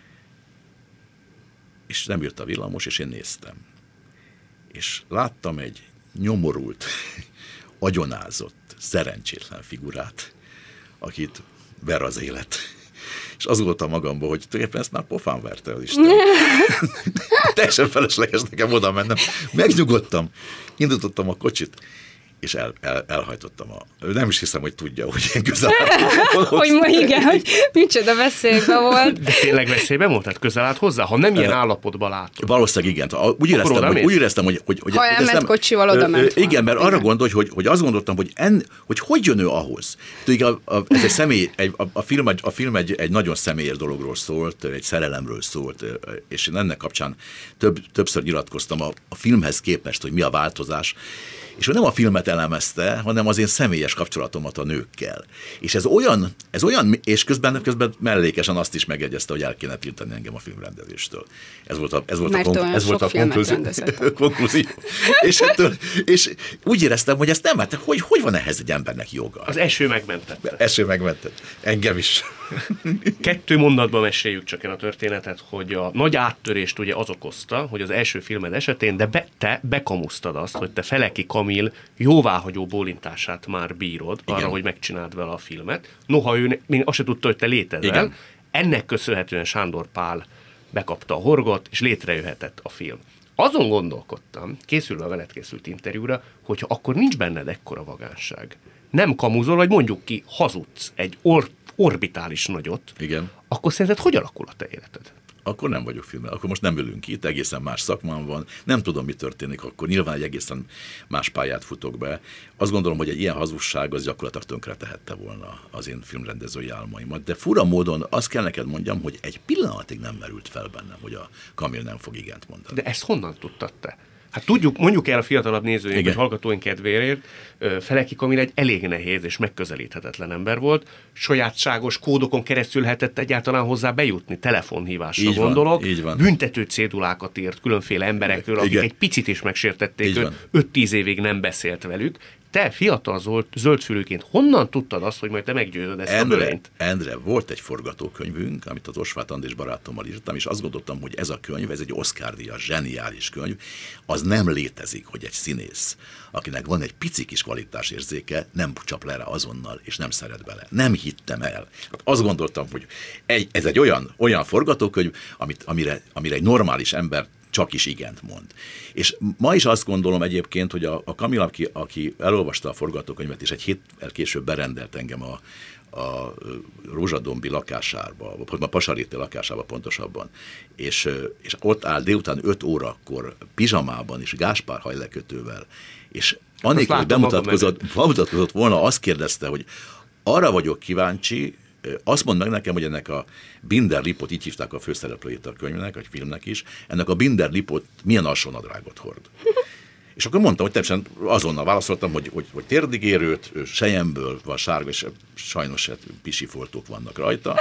És nem jött a villamos, és én néztem. És láttam egy nyomorult, agyonázott, szerencsétlen figurát, akit ver az élet. És az volt a magamban, hogy tulajdonképpen ezt már pofán verte az Isten. Teljesen felesleges nekem oda mennem. Megnyugodtam, indítottam a kocsit, és el, el, elhajtottam a... Nem is hiszem, hogy tudja, hogy én közel álltam. Hogy ma igen, hogy micsoda veszélyben volt. De tényleg veszélyben volt? Tehát közel állt hozzá? Ha nem ilyen állapotban látod. Valószínűleg igen. Úgy éreztem, hogy, úgy éreztem, hogy... hogy, hogy ha elment nem, kocsival, oda ment. Igen, mert arra gondolj, hogy, hogy azt gondoltam, hogy, en, hogy hogy jön ő ahhoz. Tudjuk, a, a, ez egy személy, egy, a, a film, a film egy, egy nagyon személyes dologról szólt, egy szerelemről szólt, és én ennek kapcsán több, többször nyilatkoztam a, a filmhez képest, hogy mi a változás. És ő nem a filmet elemezte, hanem az én személyes kapcsolatomat a nőkkel. És ez olyan, ez olyan és közben, közben mellékesen azt is megjegyezte, hogy el kéne tiltani engem a filmrendezéstől. Ez volt a, ez volt a, konk- ez volt a konklúzió. konklúzió. és, ettől, és úgy éreztem, hogy ezt nem, hát hogy, hogy van ehhez egy embernek joga? Az eső megmentette. Eső megmentett. Engem is. Kettő mondatban meséljük csak el a történetet, hogy a nagy áttörést ugye az okozta, hogy az első filmed esetén, de be, te bekamusztad azt, hogy te Feleki Kamil jóváhagyó bólintását már bírod, igen, arra, hogy megcsináld vele a filmet. Noha ő még azt se tudta, hogy te létezel. Igen. Ennek köszönhetően Sándor Pál bekapta a horgot, és létrejöhetett a film. azon gondolkodtam, készülve a veled készült interjúra, hogyha akkor nincs benned ekkora vagánság. Nem kamuzol, vagy mondjuk ki, hazudsz egy or- orbitális nagyot, Igen. akkor szerinted hogy alakul a te életed? Akkor nem vagyok filmmel, akkor most nem ülünk itt, egészen más szakmám van, nem tudom, mi történik, akkor nyilván egy egészen más pályát futok be. Azt gondolom, hogy egy ilyen hazugság az gyakorlatilag tönkre tehette volna az én filmrendezői álmaimat, de fura módon azt kell neked mondjam, hogy egy pillanatig nem merült fel bennem, hogy a Kamil nem fog igent mondani. De ezt honnan tudtad te? Hát tudjuk, mondjuk el a fiatalabb nézőink, vagy hallgatóink kedvéért, Feleki Kamil egy elég nehéz és megközelíthetetlen ember volt, sajátságos kódokon keresztül lehetett egyáltalán hozzá bejutni, telefonhívásra így gondolok, van, így van. Büntető cédulákat írt különféle emberekről, akik Igen. egy picit is megsértették Így őt, van. öt-tíz évig nem beszélt velük. Te fiatal zolt, zöldfülőként honnan tudtad azt, hogy majd te meggyőzöd ezt Endre, a bölényt? Endre, volt egy forgatókönyvünk, amit az Osváth András barátommal írtam, és azt gondoltam, hogy ez a könyv, ez egy Oscar-díjas, zseniális könyv, az nem létezik, hogy egy színész, akinek van egy pici kis kvalitásérzéke, nem csap le rá azonnal, és nem szeret bele. Nem hittem el. Hát azt gondoltam, hogy egy, ez egy olyan, olyan forgatókönyv, amit, amire, amire egy normális ember csak is igent mond. És ma is azt gondolom egyébként, hogy a, a Kamil, aki, aki elolvasta a forgatókönyvet, és egy héttel később berendelt engem a, a Rózsadombi lakásába, vagy a Pasaréti lakásába pontosabban, és, és ott áll délután öt órakor pizsamában és Gáspár hajlekötővel, és annélkül, hogy bemutatkozott, bemutatkozott volna, azt kérdezte, hogy arra vagyok kíváncsi, azt mondd meg nekem, hogy ennek a Binder Lipot, így hívták a főszereplőjét a könyvnek, vagy filmnek is, ennek a Binder Lipot milyen alsónadrágot hord. És akkor mondtam, hogy természetesen azonnal válaszoltam, hogy, hogy, hogy térdigérőt, selyemből van sárga, és sajnos hát, pisifoltók vannak rajta.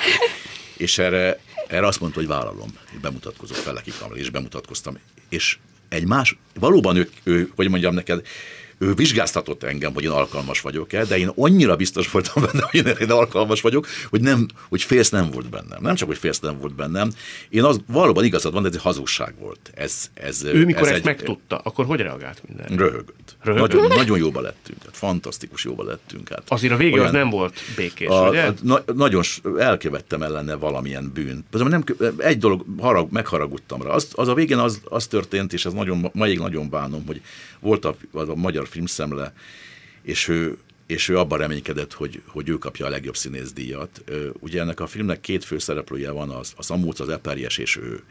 És erre, erre azt mondta, hogy vállalom. Bemutatkozott Feleki Kamil, és bemutatkoztam. És egy más, valóban ő, ő hogy mondjam neked, ő vizsgáztatott engem, hogy én alkalmas vagyok-e, de én annyira biztos voltam benne, hogy én, én alkalmas vagyok, hogy, nem, hogy félsz nem volt bennem. Nem csak, hogy félsz nem volt bennem. Én az valóban igazad van, de ez egy hazugság volt. Ez, ez, ő mikor ez ezt egy, megtudta, akkor hogy reagált mindenre? Röhögött. Röhögött. Nagyon, nagyon jóba lettünk. Hát fantasztikus jóba lettünk. Hát. Azért a vége Olyan, az nem volt békés, a, ugye? A, na, nagyon elkövettem ellene valamilyen bűnt. Nem, egy dolog, harag, megharagudtam rá. Az, az a végén az, az történt, és ez nagyon, maig nagyon bánom, hogy volt a, a Magyar Filmszemle, és ő, és ő abban reménykedett, hogy, hogy ő kapja a legjobb színészdíjat. Ugye ennek a filmnek két főszereplője van, az, a Szamóc, az Eperjes és ő.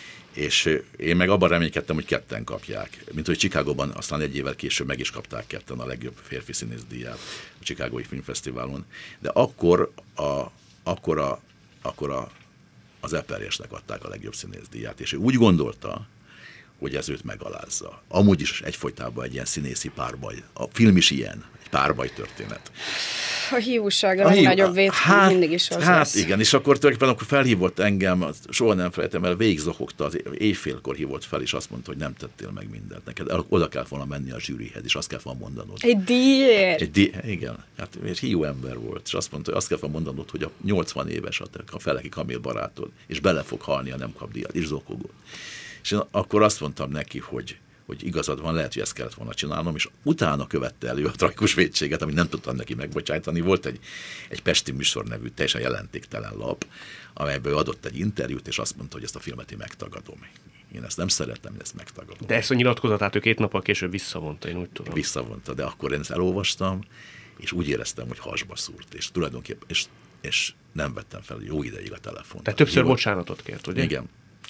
És én meg abban reménykedtem, hogy ketten kapják. Mint hogy Chicagóban aztán egy évvel később meg is kapták ketten a legjobb férfi színészdíját a Chicagói Filmfesztiválon. De akkor, a, akkor, a, akkor a, az Eperjesnek adták a legjobb színészdíját, és ő úgy gondolta, hogy ez őt megalázza. Amúgy is egyfolytában egy ilyen színészi párbaj. A film is ilyen, egy párbaj történet. A hiúság a legnagyobb vétvény, hát, mindig is az Hát lesz. igen, és akkor tulajdonképpen akkor felhívott engem, soha nem felejtem el, végig zohogta, az éjfélkor hívott fel, és azt mondta, hogy nem tettél meg mindent neked. Oda kell volna menni a zsűrihez, és azt kell volna mondanod. Egy díjért? Egy di- igen, hát egy hiú ember volt, és azt mondta, hogy azt kell volna mondanod, hogy a nyolcvan éves a Feleki Kamil barátod, és bele fog halni, ha nem kap díjat, és zokogott. És én akkor azt mondtam neki, hogy, hogy igazad van, lehet, hogy ezt kellett volna csinálnom, és utána követte elő a tragikus vétséget, amit nem tudtam neki megbocsájtani. Volt egy, egy Pesti Műsor nevű teljesen jelentéktelen lap, amelyből adott egy interjút, és azt mondta, hogy ezt a filmet én megtagadom. Én ezt nem szeretem, én ezt megtagadom. De ezt a nyilatkozatát ő két nappal később visszavonta, én úgy tudom. Visszavonta, de akkor én ezt elolvastam, és úgy éreztem, hogy hasba szúrt, és tulajdonképpen, és, és nem vettem fel jó ideig a telefont. Tehát többször Jó, bocsánatot kért, ugye? Igen.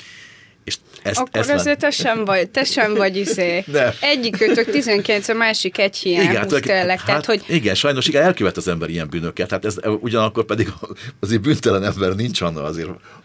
És ezt, Akkor ezt azért te sem vagy, te sem vagy izé. Egyik őtök tizenkilenc, a másik egy hiány húz tényleg. Hát, Tehát, hogy... igen, sajnos igen, elkövet az ember ilyen bűnöket, hát ez ugyanakkor pedig azért bűntelen ember nincs anna azért.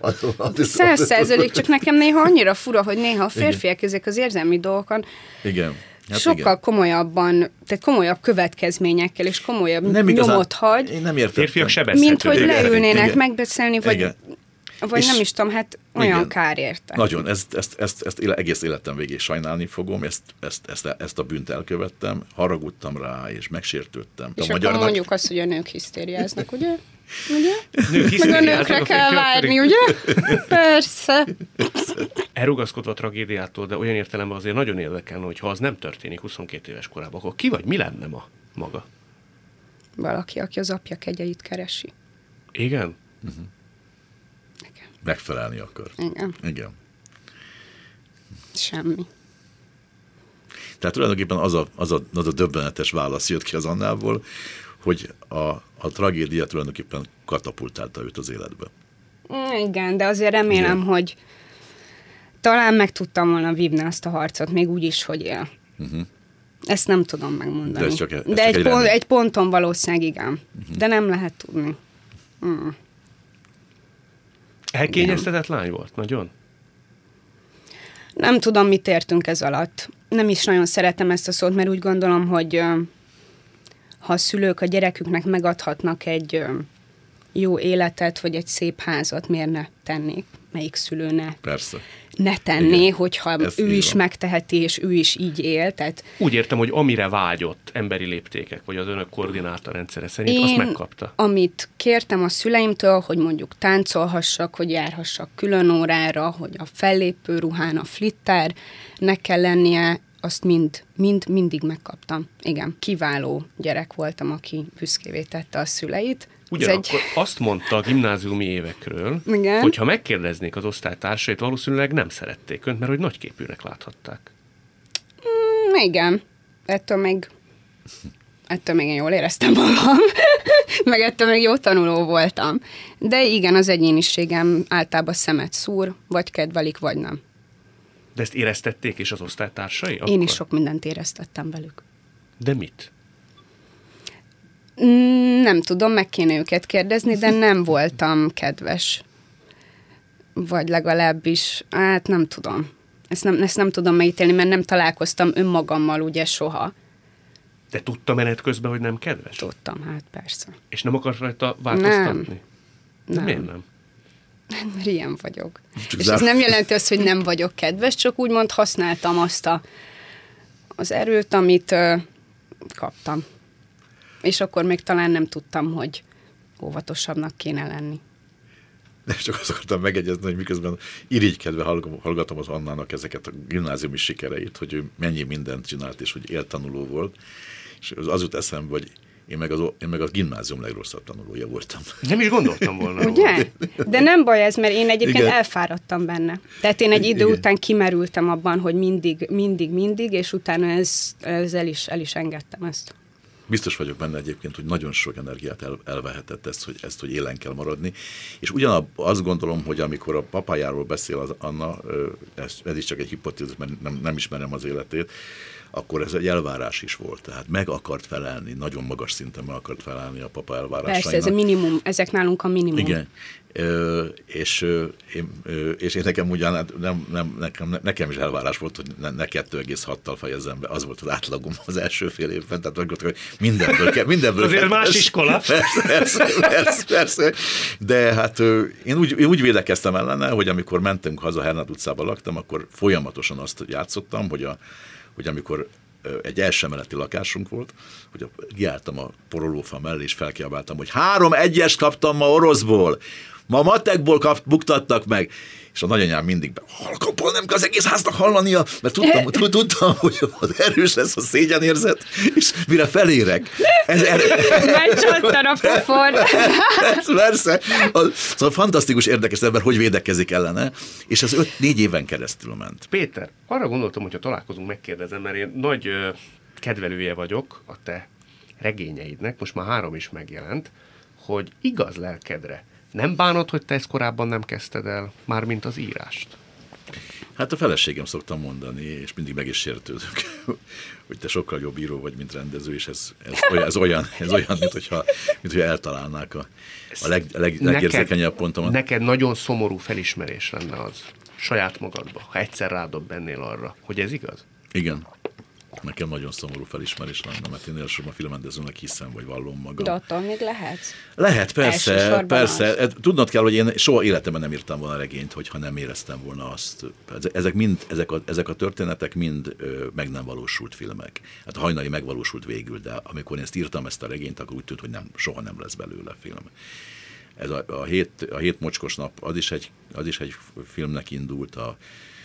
Száz százalék, csak nekem néha annyira fura, hogy néha a férfiak ezek az érzelmi dolgokon igen. Hát sokkal igen. komolyabban, tehát komolyabb következményekkel és komolyabb nem igazán, nyomot hagy. Én nem értem. Férfiak sebezhetőek. Mint hogy Igen, leülnének igen. megbeszélni, vagy, Igen. vagy És nem is tudom, hát olyan igen. kár érte. Nagyon, ezt, ezt, ezt, ezt egész életem végéig sajnálni fogom, ezt, ezt, ezt, ezt a bűnt elkövettem, haragudtam rá, és megsértődtem. És a akkor magyar mondjuk azt, hogy a nők hisztériáznak, ugye? Ugye? Nők Meg a nőkre hisztériáznak a kell férfiak várni, pedig. ugye? Persze. Elrugaszkodva a tragédiától, de olyan értelemben azért nagyon érdekelne, hogy ha az nem történik huszonkét éves korában, akkor ki vagy, mi lenne ma maga? Valaki, aki az apja kegyeit keresi. Igen? Uh-huh. Megfelelni akar. Igen. Igen. Semmi. Tehát tulajdonképpen az a, az a, az a döbbenetes válasz jött ki az Annából, hogy a, a tragédia tulajdonképpen katapultálta őt az életbe. Igen, de azért remélem, Igen. hogy talán meg tudtam volna vívni azt a harcot, még úgy is, hogy él. Uh-huh. Ezt nem tudom megmondani. De, ez csak, ez de csak egy, egy, pont, egy ponton valószínűleg igen. Uh-huh. De nem lehet tudni. Mm. Elkényeztetett lány volt, nagyon? Nem tudom, mit értünk ez alatt. Nem is nagyon szeretem ezt a szót, mert úgy gondolom, hogy ha a szülők a gyereküknek megadhatnak egy jó életet, vagy egy szép házat, miért ne tennék? Melyik szülő ne, Persze. ne tenné, Igen. hogyha Ez ő is van. megteheti, és ő is így él. Tehát Úgy értem, hogy amire vágyott emberi léptékek, vagy az önök koordináta rendszere szerint, én, azt megkapta. amit kértem a szüleimtől, hogy mondjuk táncolhassak, hogy járhassak külön órára, hogy a fellépő ruhán a flitter, ne kell lennie, azt mind, mind, mindig megkaptam. Igen, kiváló gyerek voltam, aki büszkévé tette a szüleit. Ugyanakkor egy... azt mondta a gimnáziumi évekről, Igen. hogy ha megkérdeznék az osztálytársait, valószínűleg nem szerették önt, mert hogy nagyképűnek láthatták. Mm, igen. Ettől még, ettől még én jól éreztem magam, meg ettől még jó tanuló voltam. De igen, az egyéniségem általában szemet szúr, vagy kedvelik, vagy nem. De ezt éreztették is az osztálytársai? Én akkor? is sok mindent éreztettem velük. De mit? Mm, nem tudom, meg kéne őket kérdezni, de nem voltam kedves. Vagy legalábbis, hát nem tudom. Ezt nem, ezt nem tudom megítélni, mert nem találkoztam önmagammal ugye soha. De tudta menet közben, hogy nem kedves? Tudtam, hát persze. És nem akart rajta változtatni? Nem. De Nem. miért nem? Mert ilyen vagyok. Csak És zár- ez nem jelenti azt, hogy nem vagyok kedves, csak úgymond használtam azt a, az erőt, amit ö, kaptam. És akkor még talán nem tudtam, hogy óvatosabbnak kéne lenni. De csak azt akartam megegyezni, hogy miközben irigykedve hallgatom az Annának ezeket a gimnáziumi sikereit, hogy ő mennyi mindent csinált, és hogy éltanuló volt, és az jut eszembe, hogy én meg, az, én meg a gimnázium legrosszabb tanulója voltam. Nem is gondoltam volna. Ugye? De nem baj ez, mert én egyébként Igen. elfáradtam benne. Tehát én egy idő Igen. után kimerültem abban, hogy mindig, mindig, mindig, és utána ez, ez el, is, el is engedtem ezt. Biztos vagyok benne egyébként, hogy nagyon sok energiát el, elvehetett ezt hogy, ezt, hogy élen kell maradni. És ugyanab azt gondolom, hogy amikor a papájáról beszél az Anna, ez, ez is csak egy hipotézis, mert nem, nem ismerem az életét, akkor ez egy elvárás is volt. Tehát meg akart felelni, nagyon magas szinten meg akart felelni a papa elvárásainak. Persze, ez a minimum, ezek nálunk a minimum. Igen. Ö, és, ö, én, ö, és én nekem ugyan, nem, nem, nekem, nekem is elvárás volt, hogy ne, ne kettő egész hattal fejezzem be, az volt az átlagom az első fél évben, tehát meg hogy mindenből kell, mindenből Azért kell, más iskola. Persze, persze, persze, persze. De hát ö, én úgy, én úgy védekeztem ellene, hogy amikor mentünk haza, Hernát utcában laktam, akkor folyamatosan azt játszottam, hogy, a, hogy amikor egy első emeleti lakásunk volt, hogy kiálltam a porolófa mellé, és felkiabáltam, hogy három egyes kaptam ma oroszból, ma matekból kap, buktattak meg. És a nagyanyám mindig be, halkapol, nem kell az egész háznak hallania, mert tudtam, tudtam, hogy az erős lesz a szégyenérzet, és mire felérek. Ez Megcsattan a pofon. Persze. Az, szóval fantasztikus, érdekes ember, hogy védekezik ellene, és ez öt-négy éven keresztül ment. Péter, arra gondoltam, hogyha találkozunk, megkérdezem, mert én nagy ö, kedvelője vagyok a te regényeidnek, most már három is megjelent, hogy igaz lelkedre nem bánod, hogy te ezt korábban nem kezdted el, mármint az írást? Hát a feleségem szoktam mondani, és mindig meg is sértődök, hogy te sokkal jobb író vagy, mint rendező, és ez, ez olyan, ez olyan, ez olyan mint, hogyha, mint hogyha eltalálnák a, a leg, leg, legérzékenyebb pontomat. Neked nagyon szomorú felismerés lenne az saját magadba, ha egyszer rádobbennél arra, hogy ez igaz? Igen. Nekem nagyon szomorú felismerés lenne, mert én elsősorban filmrendezőnek hiszem, vagy vallom magam. De attól még lehetsz. Lehet, persze, Elsősorban persze. az. Tudnod kell, hogy én soha életemben nem írtam volna regényt, hogyha nem éreztem volna azt. Ezek, mind, ezek, a, ezek a történetek mind ö, meg nem valósult filmek. Hát a Hajnali megvalósult végül, de amikor én ezt írtam, ezt a regényt, akkor úgy tűnt, hogy nem, soha nem lesz belőle film. Ez a, a, hét, a hét mocskos nap, az is egy, az is egy filmnek indult, a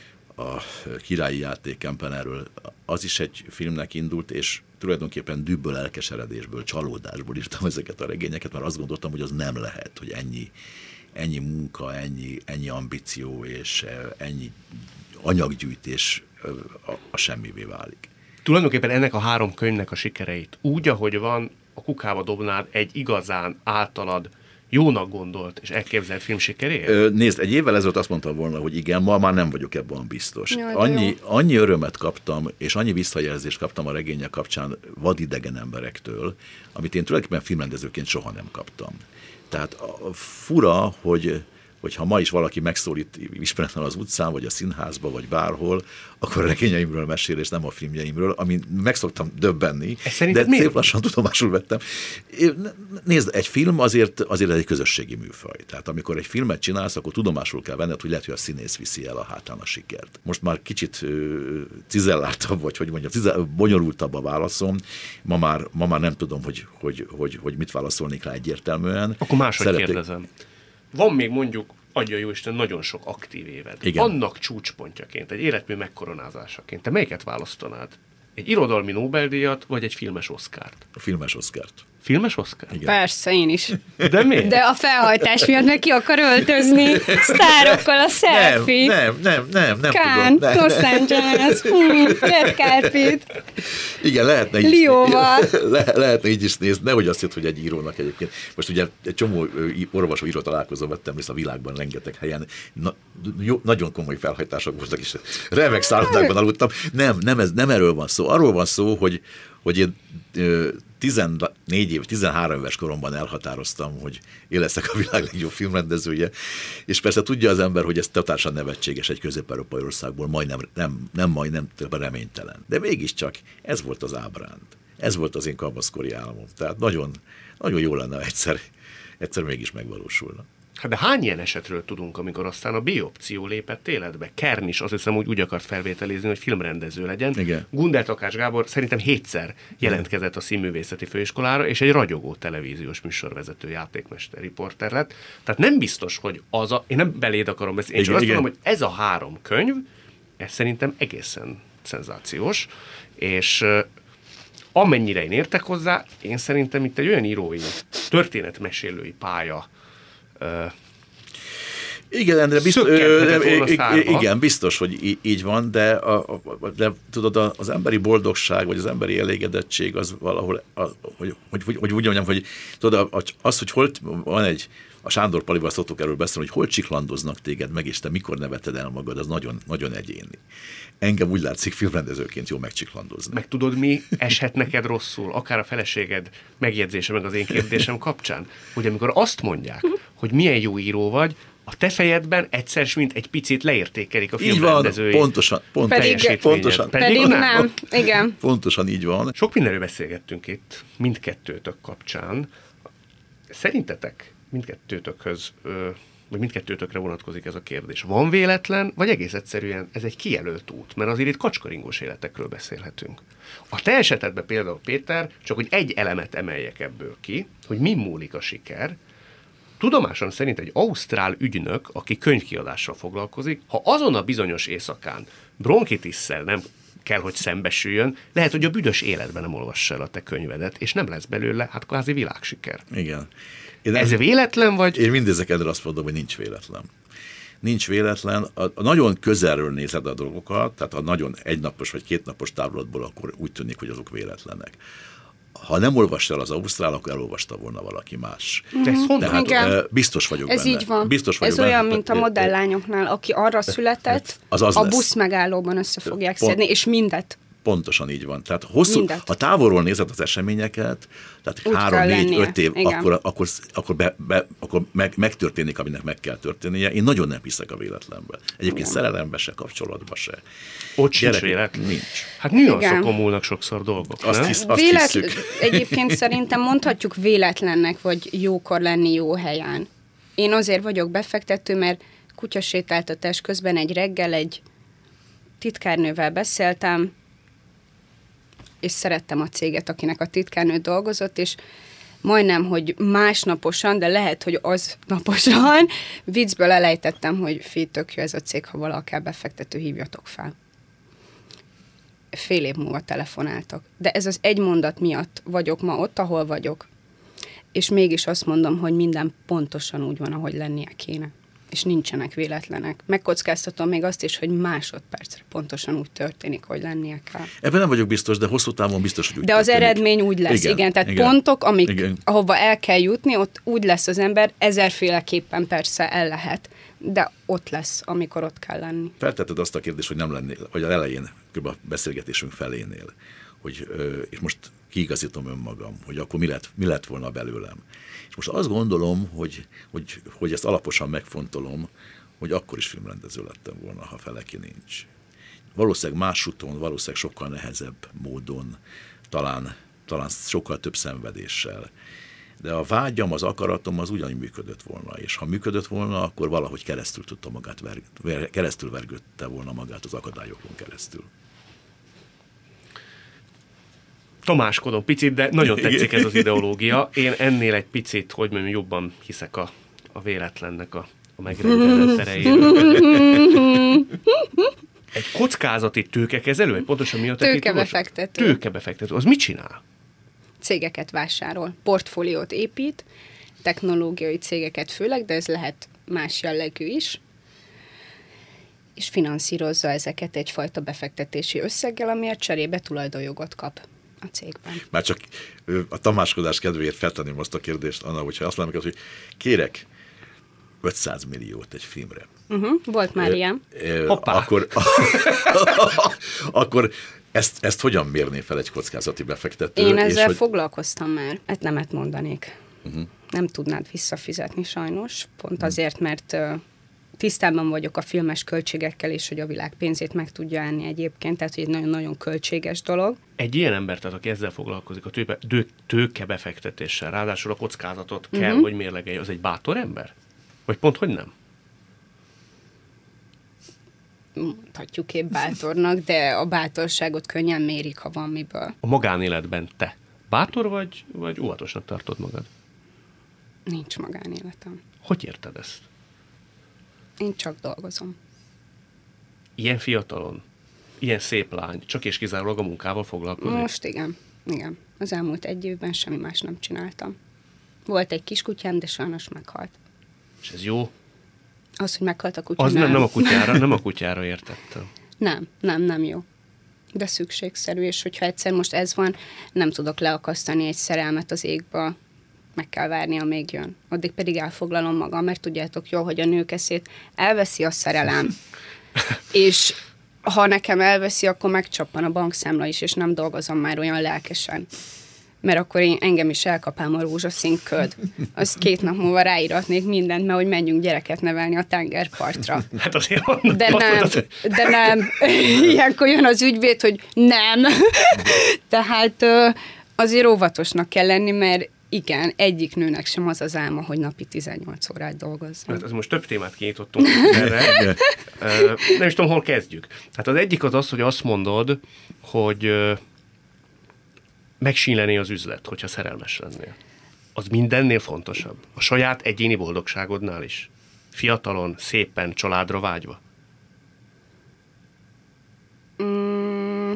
a királyi játék Kempenerről, az is egy filmnek indult, és tulajdonképpen dübből, elkeseredésből, csalódásból írtam ezeket a regényeket, mert azt gondoltam, hogy az nem lehet, hogy ennyi, ennyi munka, ennyi, ennyi ambíció és ennyi anyaggyűjtés a, a semmivé válik. Tulajdonképpen ennek a három könyvnek a sikereit úgy, ahogy van, a kukába dobnád egy igazán általad jónak gondolt és elképzelt film sikeréért? Nézd, egy évvel ezelőtt azt mondtam volna, hogy igen, ma már nem vagyok ebben biztos. Jaj, annyi, annyi örömet kaptam, és annyi visszajelzést kaptam a regények kapcsán vadidegen emberektől, amit én tulajdonképpen filmrendezőként soha nem kaptam. Tehát a fura, hogy hogyha ma is valaki megszólít ismeretlen az utcán, vagy a színházba, vagy bárhol, akkor a regényeimről mesél, és nem a filmjeimről, amin meg szoktam döbbenni, de szép lassan tudomásul vettem. Nézd, egy film azért, azért egy közösségi műfaj. Tehát amikor egy filmet csinálsz, akkor tudomásul kell venned, hogy lehet, hogy a színész viszi el a hátán a sikert. Most már kicsit cizelláltabb, vagy hogy mondjam, cizel, bonyolultabb a válaszom. Ma már, ma már nem tudom, hogy, hogy, hogy, hogy mit válaszolnék rá egyértelműen. Akkor máshogy Szeretek... kérdezem. Van még mondjuk, adja jóisten, nagyon sok aktív éved. Igen. Annak csúcspontjaként, egy életmű megkoronázásaként, te melyiket választanád? Egy irodalmi Nobel-díjat, vagy egy filmes Oscart? A filmes Oscart. Filmes Oscar? Igen. Persze, én is. De miért? De a felhajtás miatt meg ki akar öltözni sztárokkal a selfie. Nem, nem, nem, nem, nem Kán, tudom. Los Angeles, hmm, Red Carpet. Igen, lehetne így, Lióval. le, lehetne így is nézni, nehogy azt hitt, hogy egy írónak egyébként. Most ugye egy csomó orvosó író találkozó vettem részt a világban rengeteg helyen. Na, jó, nagyon komoly felhajtások voltak, és remek szállodákban aludtam. Nem, nem, ez, nem erről van szó. Arról van szó, hogy, hogy én tizennégy év, tizenhárom éves koromban elhatároztam, hogy én leszek a világ legjobb filmrendezője, és persze tudja az ember, hogy ez totálisan nevetséges egy közép-európai országból, majdnem, nem, nem majdnem reménytelen. De mégiscsak ez volt az ábránd. Ez volt az én kamaszkori álmom. Tehát nagyon, nagyon jó lenne egyszer, egyszer mégis megvalósulna. Hát de hány ilyen esetről tudunk, amikor aztán a B-opció lépett életbe? Kern is azt hiszem úgy, úgy akart felvételizni, hogy filmrendező legyen. Igen. Gundel Takács Gábor szerintem hétszer jelentkezett a Színművészeti Főiskolára, és egy ragyogó televíziós műsorvezető, játékmester, riporter lett. Tehát nem biztos, hogy az a... Én nem beléd akarom beszélni, én csak azt mondom, hogy ez a három könyv, ez szerintem egészen szenzációs, és amennyire én értek hozzá, én szerintem itt egy olyan írói, történetmesélői pálya. Uh, igen, Endre, biztos, ö, igen, biztos, hogy így van, de, a, a, de tudod, az emberi boldogság, vagy az emberi elégedettség az valahol, a, hogy, hogy, hogy, hogy úgy mondjam, hogy tudod, az, hogy hol van egy, a Sándor Palival szoktuk erről beszélni, hogy hol csiklandoznak téged meg, és te mikor neveted el magad, az nagyon, nagyon egyéni. Engem úgy látszik filmrendezőként jó megcsiklandozni. Meg tudod, mi eshet neked rosszul, akár a feleséged megjegyzése, meg az én kérdésem kapcsán, hogy amikor azt mondják, hogy milyen jó író vagy, a te fejedben egyszer mint egy picit leértékelik a filmrendezői. Így van, pontosan. Pont, pedig, pontosan. Pedig, pedig nem. nem. Igen. Pontosan így van. Sok mindenről beszélgettünk itt, mindkettőtök kapcsán. Szerintetek mindkettőtökhöz, vagy mindkettőtökre vonatkozik ez a kérdés. Van véletlen, vagy egész egyszerűen ez egy kijelölt út? Mert azért itt kacskaringós életekről beszélhetünk. A te esetedben például, Péter, csak hogy egy elemet emeljek ebből ki, hogy mi múlik a siker. Tudomásom szerint egy ausztrál ügynök, aki könyvkiadással foglalkozik, ha azon a bizonyos éjszakán bronkitisszel nem kell, hogy szembesüljön, lehet, hogy a büdös életben nem olvassa el a te könyvedet, és nem lesz belőle, hát kvázi világsiker. Igen. Én Ez nem, véletlen, vagy? Én mindezekre azt mondom, hogy nincs véletlen. Nincs véletlen. A, a nagyon közelről nézed a dolgokat, tehát a nagyon egynapos vagy kétnapos távlatból, akkor úgy tűnik, hogy azok véletlenek. Ha nem olvasta el az ausztrál, akkor elolvasta volna valaki más. De ez Tehát igen. biztos vagyok ez benne. Ez így van. Biztos vagyok ez benne. olyan, mint a modelllányoknál, aki arra született, az az a lesz. busz megállóban össze fogják Pont. szedni, és mindet. Pontosan így van. Tehát hosszú, Mindet. ha távolról nézed az eseményeket, tehát úgy három, négy, öt év, akkor, akkor, akkor, be, be, akkor meg, megtörténik, aminek meg kell történnie. Én nagyon nem hiszek a véletlenben. Egyébként igen. Szerelemben se, kapcsolatban se. Ott sincs véletlen. Nincs. Hát nüanszokon múlnak sokszor dolgok, azt nem? Hisz, azt Véletlen, egyébként szerintem mondhatjuk véletlennek, vagy jókor lenni jó helyen. Én azért vagyok befektető, mert kutyasétáltatás közben egy reggel egy titkárnővel beszéltem, és szerettem a céget, akinek a titkárnő dolgozott, és majdnem, hogy másnaposan, de lehet, hogy az naposan viccből elejtettem, hogy fi, tök jó ez a cég, ha valaki befektető, hívjatok fel. Fél év múlva telefonáltak. De ez az egy mondat miatt vagyok ma ott, ahol vagyok. És mégis azt mondom, hogy minden pontosan úgy van, ahogy lennie kéne. és nincsenek véletlenek. Megkockáztatom még azt is, hogy másodpercre pontosan úgy történik, hogy lennie kell. Ebben nem vagyok biztos, de hosszú távon biztos, hogy úgy De az történik. eredmény úgy lesz, igen. igen. Tehát igen. pontok, amik, igen. ahova el kell jutni, ott úgy lesz az ember, ezerféleképpen persze el lehet, de ott lesz, amikor ott kell lenni. Feltetted azt a kérdést, hogy nem lennél, vagy az elején, kb. A beszélgetésünk felénél, hogy, és most kiigazítom önmagam, hogy akkor mi lett, mi lett volna belőlem. És most azt gondolom, hogy, hogy, hogy ezt alaposan megfontolom, hogy akkor is filmrendező lettem volna, ha Feleki nincs. Valószínűleg más úton, valószínűleg sokkal nehezebb módon, talán, talán sokkal több szenvedéssel. De a vágyam, az akaratom az ugyanúgy működött volna, és ha működött volna, akkor valahogy keresztül tudta magát, ver, ver, keresztül vergődte volna magát az akadályokon keresztül. Tomáskodom picit, de nagyon tetszik ez az ideológia. Én ennél egy picit, hogy mondjam, jobban hiszek a, a véletlennek a, a megrendelő erejéről. Egy kockázati tőkekezelő, egy pontosan mi a tőkebefektető. Tőkebefektető. Az mit csinál? Cégeket vásárol, portfóliót épít, technológiai cégeket főleg, de ez lehet más jellegű is, és finanszírozza ezeket egyfajta befektetési összeggel, amiért cserébe tulajdonjogot kap a cégben. Már csak a tamáskodás kedvéért feltenném azt a kérdést, Anna, hogyha azt mondanám, hogy kérek ötszáz milliót egy filmre. Uh-huh, volt már ilyen. Hoppá. Akkor, akkor ezt, ezt hogyan mérné fel egy kockázati befektető? Én ezzel hogy... foglalkoztam már. Hát nemet mondanék. Uh-huh. Nem tudnád visszafizetni sajnos, pont uh-huh. azért, mert tisztában vagyok a filmes költségekkel is, hogy a világ pénzét meg tudja enni egyébként, tehát hogy egy nagyon-nagyon költséges dolog. Egy ilyen ember, tehát aki ezzel foglalkozik, a tőke, tőkebefektetéssel, ráadásul a kockázatot kell, uh-huh. hogy mérlegelj, az egy bátor ember? Vagy pont, hogy nem? Mondhatjuk épp bátornak, de a bátorságot könnyen mérik, ha van miből. A magánéletben te bátor vagy, vagy óvatosnak tartod magad? Nincs magánéletem. Hogy érted ezt? Én csak dolgozom. Ilyen fiatalon, ilyen szép lány, csak és kizárólag a munkával foglalkozik? Most igen, igen. Az elmúlt egy évben semmi más nem csináltam. Volt egy kiskutyám, de sajnos meghalt. És ez jó? Az, hogy meghalt a kutya, Az nem. nem, nem a kutyára, nem a kutyára értettem. Nem, nem, nem jó. De szükségszerű, és hogyha egyszer most ez van, nem tudok leakasztani egy szerelmet az égből. Meg kell várni, amíg jön. Addig pedig elfoglalom magam, mert tudjátok jól, hogy a nők eszét elveszi a szerelem. És ha nekem elveszi, akkor megcsappan a bankszámla is, és nem dolgozom már olyan lelkesen. Mert akkor én, engem is elkapám a rózsaszín köd. Az két nap múlva ráíratnék mindent, mert hogy menjünk gyereket nevelni a tengerpartra. Hát azért mondom, de nem, de nem. Ilyenkor jön az ügyvéd, hogy nem. Tehát azért óvatosnak kell lenni, mert igen, egyik nőnek sem az az álma, hogy napi tizennyolc órát dolgozzon. Hát ez most több témát kinyitottunk erre. Nem is tudom, hol kezdjük. Hát az egyik az az, hogy azt mondod, hogy megsínlené az üzlet, hogyha szerelmes lennél. Az mindennél fontosabb. A saját egyéni boldogságodnál is. Fiatalon, szépen, családra vágyva. Mm,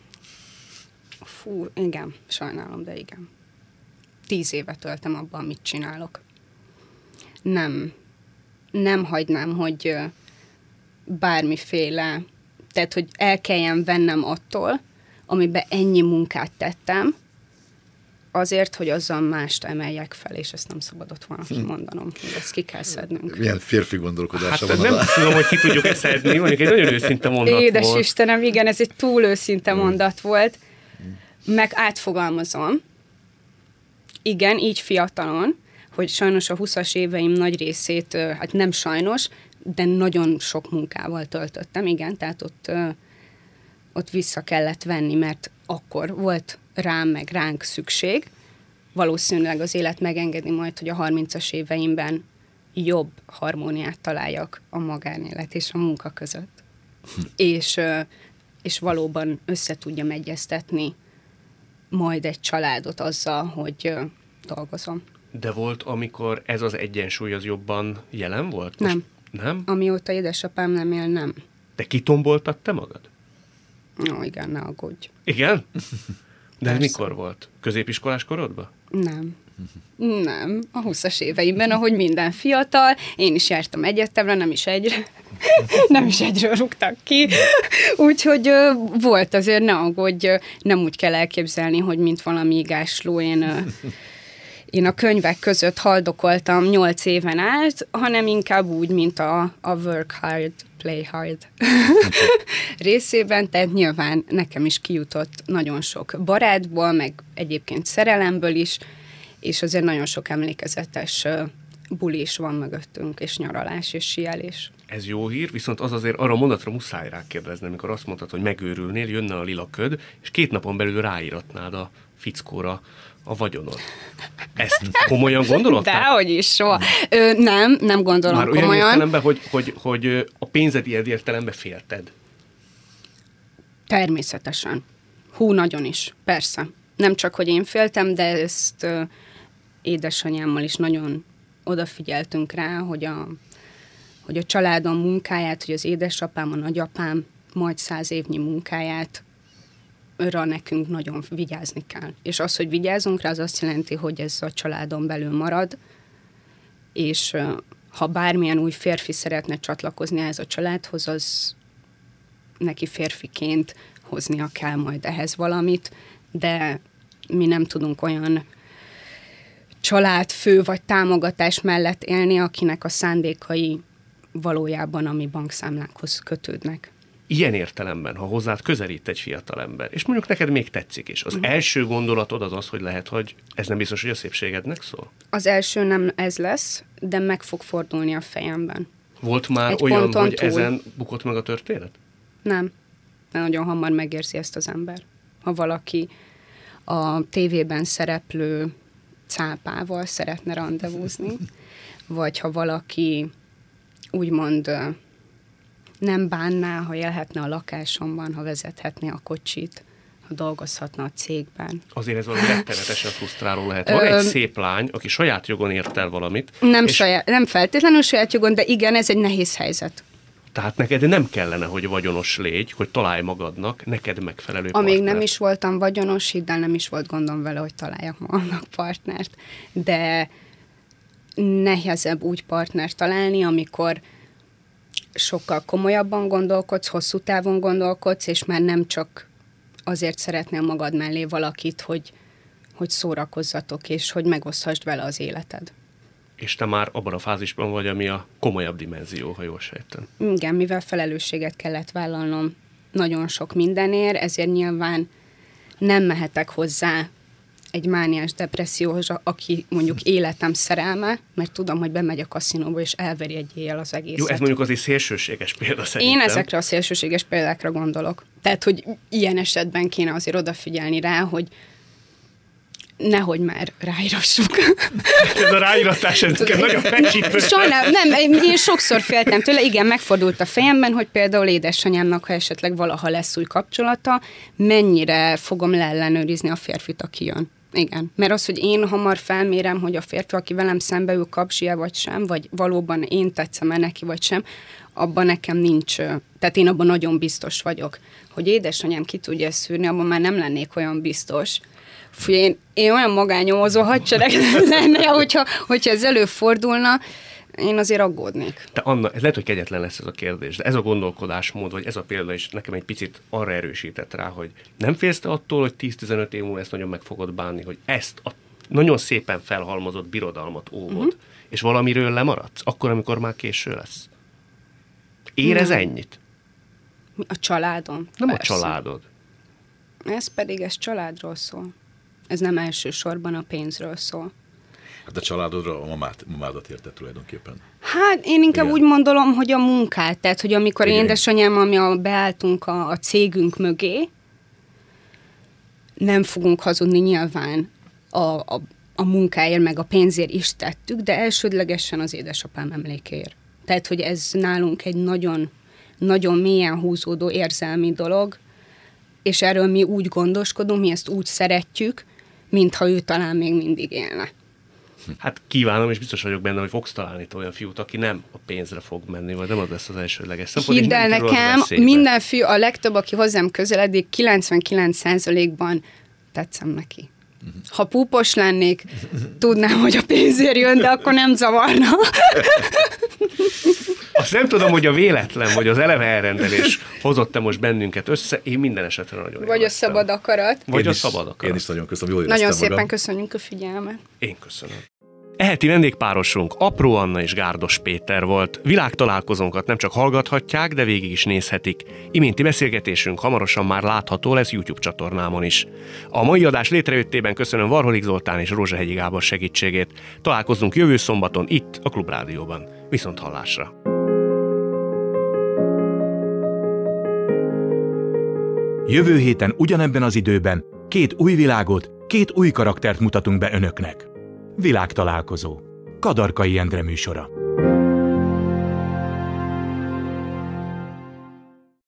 fú, igen, sajnálom, de igen. Tíz évet töltem abban, mit csinálok. Nem, nem hagynám, hogy bármiféle, tehát, hogy el kelljen vennem attól, amiben ennyi munkát tettem, azért, hogy azzal mást emeljek fel, és ezt nem szabadott volna kimondanom, hogy ezt ki kell szednünk. Milyen férfi gondolkodása hát van. Nem tudom, hogy ki tudjuk ezt szedni, mondjuk egy nagyon őszinte mondat Édes volt. Istenem, igen, ez egy túl őszinte hmm. mondat volt. Meg átfogalmazom. Igen, így fiatalon, hogy sajnos a huszas éveim nagy részét, hát nem sajnos, de nagyon sok munkával töltöttem, igen, tehát ott, ott vissza kellett venni, mert akkor volt rám meg ránk szükség. Valószínűleg az élet megengedi majd, hogy a harmincas éveimben jobb harmóniát találjak a magánélet és a munka között. Hm. És, és valóban össze tudjam egyeztetni majd egy családot azzal, hogy dolgozom. De volt, amikor ez az egyensúly az jobban jelen volt? Most nem. Nem? Amióta édesapám nem él, nem. Te kitomboltad te magad? Ó, igen, ne aggódj. Igen? De ez mikor volt? Középiskolás korodban? Nem. Nem, a huszas éveimben, ahogy minden fiatal, én is jártam egyetemre, nem is egyre, nem is egyről rúgtak ki, úgyhogy ö, volt azért, ne aggódj, nem úgy kell elképzelni, hogy mint valami igásló, én, ö, én a könyvek között haldokoltam nyolc éven át, hanem inkább úgy, mint a, a work hard, play hard részében, tehát nyilván nekem is kijutott nagyon sok barátból, meg egyébként szerelemből is, és azért nagyon sok emlékezetes buli is van mögöttünk, és nyaralás, és síelés. Ez jó hír, viszont az azért arra a mondatra muszáj rákérdezni, amikor azt mondtad, hogy megőrülnél, jönne a lila köd, és két napon belül ráíratnád a fickóra a vagyonod. Ezt komolyan gondolod? Dehogy is, soha. Ö, nem, nem gondolom Már komolyan. Már olyan értelemben, hogy, hogy, hogy a pénzed ilyen értelemben félted? Természetesen. Hú, nagyon is, persze. Nem csak, hogy én féltem, de ezt ö, édesanyámmal is nagyon odafigyeltünk rá, hogy a, hogy a családom munkáját, hogy az édesapám, a nagyapám majd száz évnyi munkáját őre nekünk nagyon vigyázni kell. És az, hogy vigyázunk rá, az azt jelenti, hogy ez a családon belül marad, és ö, ha bármilyen új férfi szeretne csatlakozni ehhez a családhoz, az neki férfiként hoznia kell majd ehhez valamit, de mi nem tudunk olyan családfő vagy támogatás mellett élni, akinek a szándékai valójában a mi bankszámlánkhoz kötődnek. Ilyen értelemben, ha hozzád közelít egy fiatalember, és mondjuk neked még tetszik is, az mm. első gondolatod az az, hogy lehet, hogy ez nem biztos, hogy a szépségednek szól? Az első nem ez lesz, de meg fog fordulni a fejemben. Volt már egy olyan, hogy túl. ezen bukott meg a történet? Nem. De nagyon hamar megérzi ezt az ember. Ha valaki a tévében szereplő cápával szeretne randevúzni, vagy ha valaki úgymond nem bánná, ha élhetne a lakásomban, ha vezethetné a kocsit, ha dolgozhatna a cégben. Azért ez valami rettenetesen frusztráló lehet. Van egy szép lány, aki saját jogon ért el valamit. Nem, és... saját, nem feltétlenül saját jogon, de igen, ez egy nehéz helyzet. Tehát neked nem kellene, hogy vagyonos légy, hogy találj magadnak neked megfelelő Amíg partnert. nem is voltam vagyonos, hidd el, nem is volt gondom vele, hogy találjak magamnak partnert. De nehezebb úgy partnert találni, amikor sokkal komolyabban gondolkodsz, hosszú távon gondolkodsz, és már nem csak azért szeretnél magad mellé valakit, hogy, hogy szórakozzatok, és hogy megoszthasd vele az életed. És te már abban a fázisban vagy, ami a komolyabb dimenzió, ha jól sejtem. Igen, mivel felelősséget kellett vállalnom nagyon sok mindenért, ezért nyilván nem mehetek hozzá egy mániás depressziós, aki mondjuk életem szerelme, mert tudom, hogy bemegy a kaszinóba, és elveri egy éjjel az egészet. Jó, ez mondjuk azért szélsőséges példa szerintem. Én ezekre a szélsőséges példákra gondolok. Tehát, hogy ilyen esetben kéne azért odafigyelni rá, hogy nehogy már ráírassuk. Ez a ráíratás, ez nekem nagyon megcsípő. Sajnálom, nem, én sokszor féltem tőle, igen, megfordult a fejemben, hogy például édesanyámnak, ha esetleg valaha lesz új kapcsolata, mennyire fogom leellenőrizni a férfit, aki jön. Igen, mert az, hogy én hamar felmérem, hogy a férfi, aki velem szembe ül, kapzsia vagy sem, vagy valóban én tetszem-e neki vagy sem, abban nekem nincs, tehát én abban nagyon biztos vagyok. Hogy édesanyám ki tudja szűrni, abban már nem lennék olyan biztos. Fú, én, én olyan magányomozó hadsereg lenne, hogyha, hogyha ez előfordulna, én azért aggódnék. De Anna, ez lehet, hogy kegyetlen lesz ez a kérdés, de ez a gondolkodásmód, vagy ez a példa is nekem egy picit arra erősített rá, hogy nem félsz te attól, hogy tíz-tizenöt év múlva ezt nagyon meg fogod bánni, hogy ezt a nagyon szépen felhalmozott birodalmat óvod, uh-huh. és valamiről lemaradsz, akkor, amikor már késő lesz. Érez hmm. ennyit? A családom. Nem persze. A családod. Ez pedig, ez családról szól. Ez nem elsősorban a pénzről szól. Hát a családodra a mamát, mamádat érted tulajdonképpen. Hát én inkább Igen. úgy mondom, hogy a munkát, tehát, hogy amikor Igen. én édesanyám, ami a, beálltunk a, a cégünk mögé, nem fogunk hazudni nyilván a, a, a munkáért, meg a pénzért is tettük, de elsődlegesen az édesapám emlékéért. Tehát, hogy ez nálunk egy nagyon, nagyon mélyen húzódó érzelmi dolog, és erről mi úgy gondoskodunk, mi ezt úgy szeretjük, mintha ő talán még mindig élne. Hát kívánom, és biztos vagyok benne, hogy fogsz találni olyan fiút, aki nem a pénzre fog menni, vagy nem az lesz az elsődleges szempont. Hidd el nekem, minden fiú, a legtöbb, aki hozzám közeledik, kilencvenkilenc százalékban tetszem neki. Ha púpos lennék, tudnám, hogy a pénzért jön, de akkor nem zavarna. Azt nem tudom, hogy a véletlen, vagy az eleve elrendelés hozott-e most bennünket össze, én minden esetre nagyon Vagy élveztem. A szabad akarat. Vagy én a is, szabad akarat. Én is nagyon köszönöm, jól éreztem Nagyon szépen magam. köszönjük a figyelmet. Én köszönöm. Eheti vendégpárosunk Apró Anna és Gárdos Péter volt. Világtalálkozónkat nem csak hallgathatják, de végig is nézhetik. Iménti beszélgetésünk hamarosan már látható lesz YouTube csatornámon is. A mai adás létrejöttében köszönöm Varholik Zoltán és Rózsahegyi Gábor segítségét. Találkozunk jövő szombaton itt, a Klubrádióban. Viszont hallásra! Jövő héten ugyanebben az időben két új világot, két új karaktert mutatunk be önöknek. Világtalálkozó. Kadarkai Endre műsora.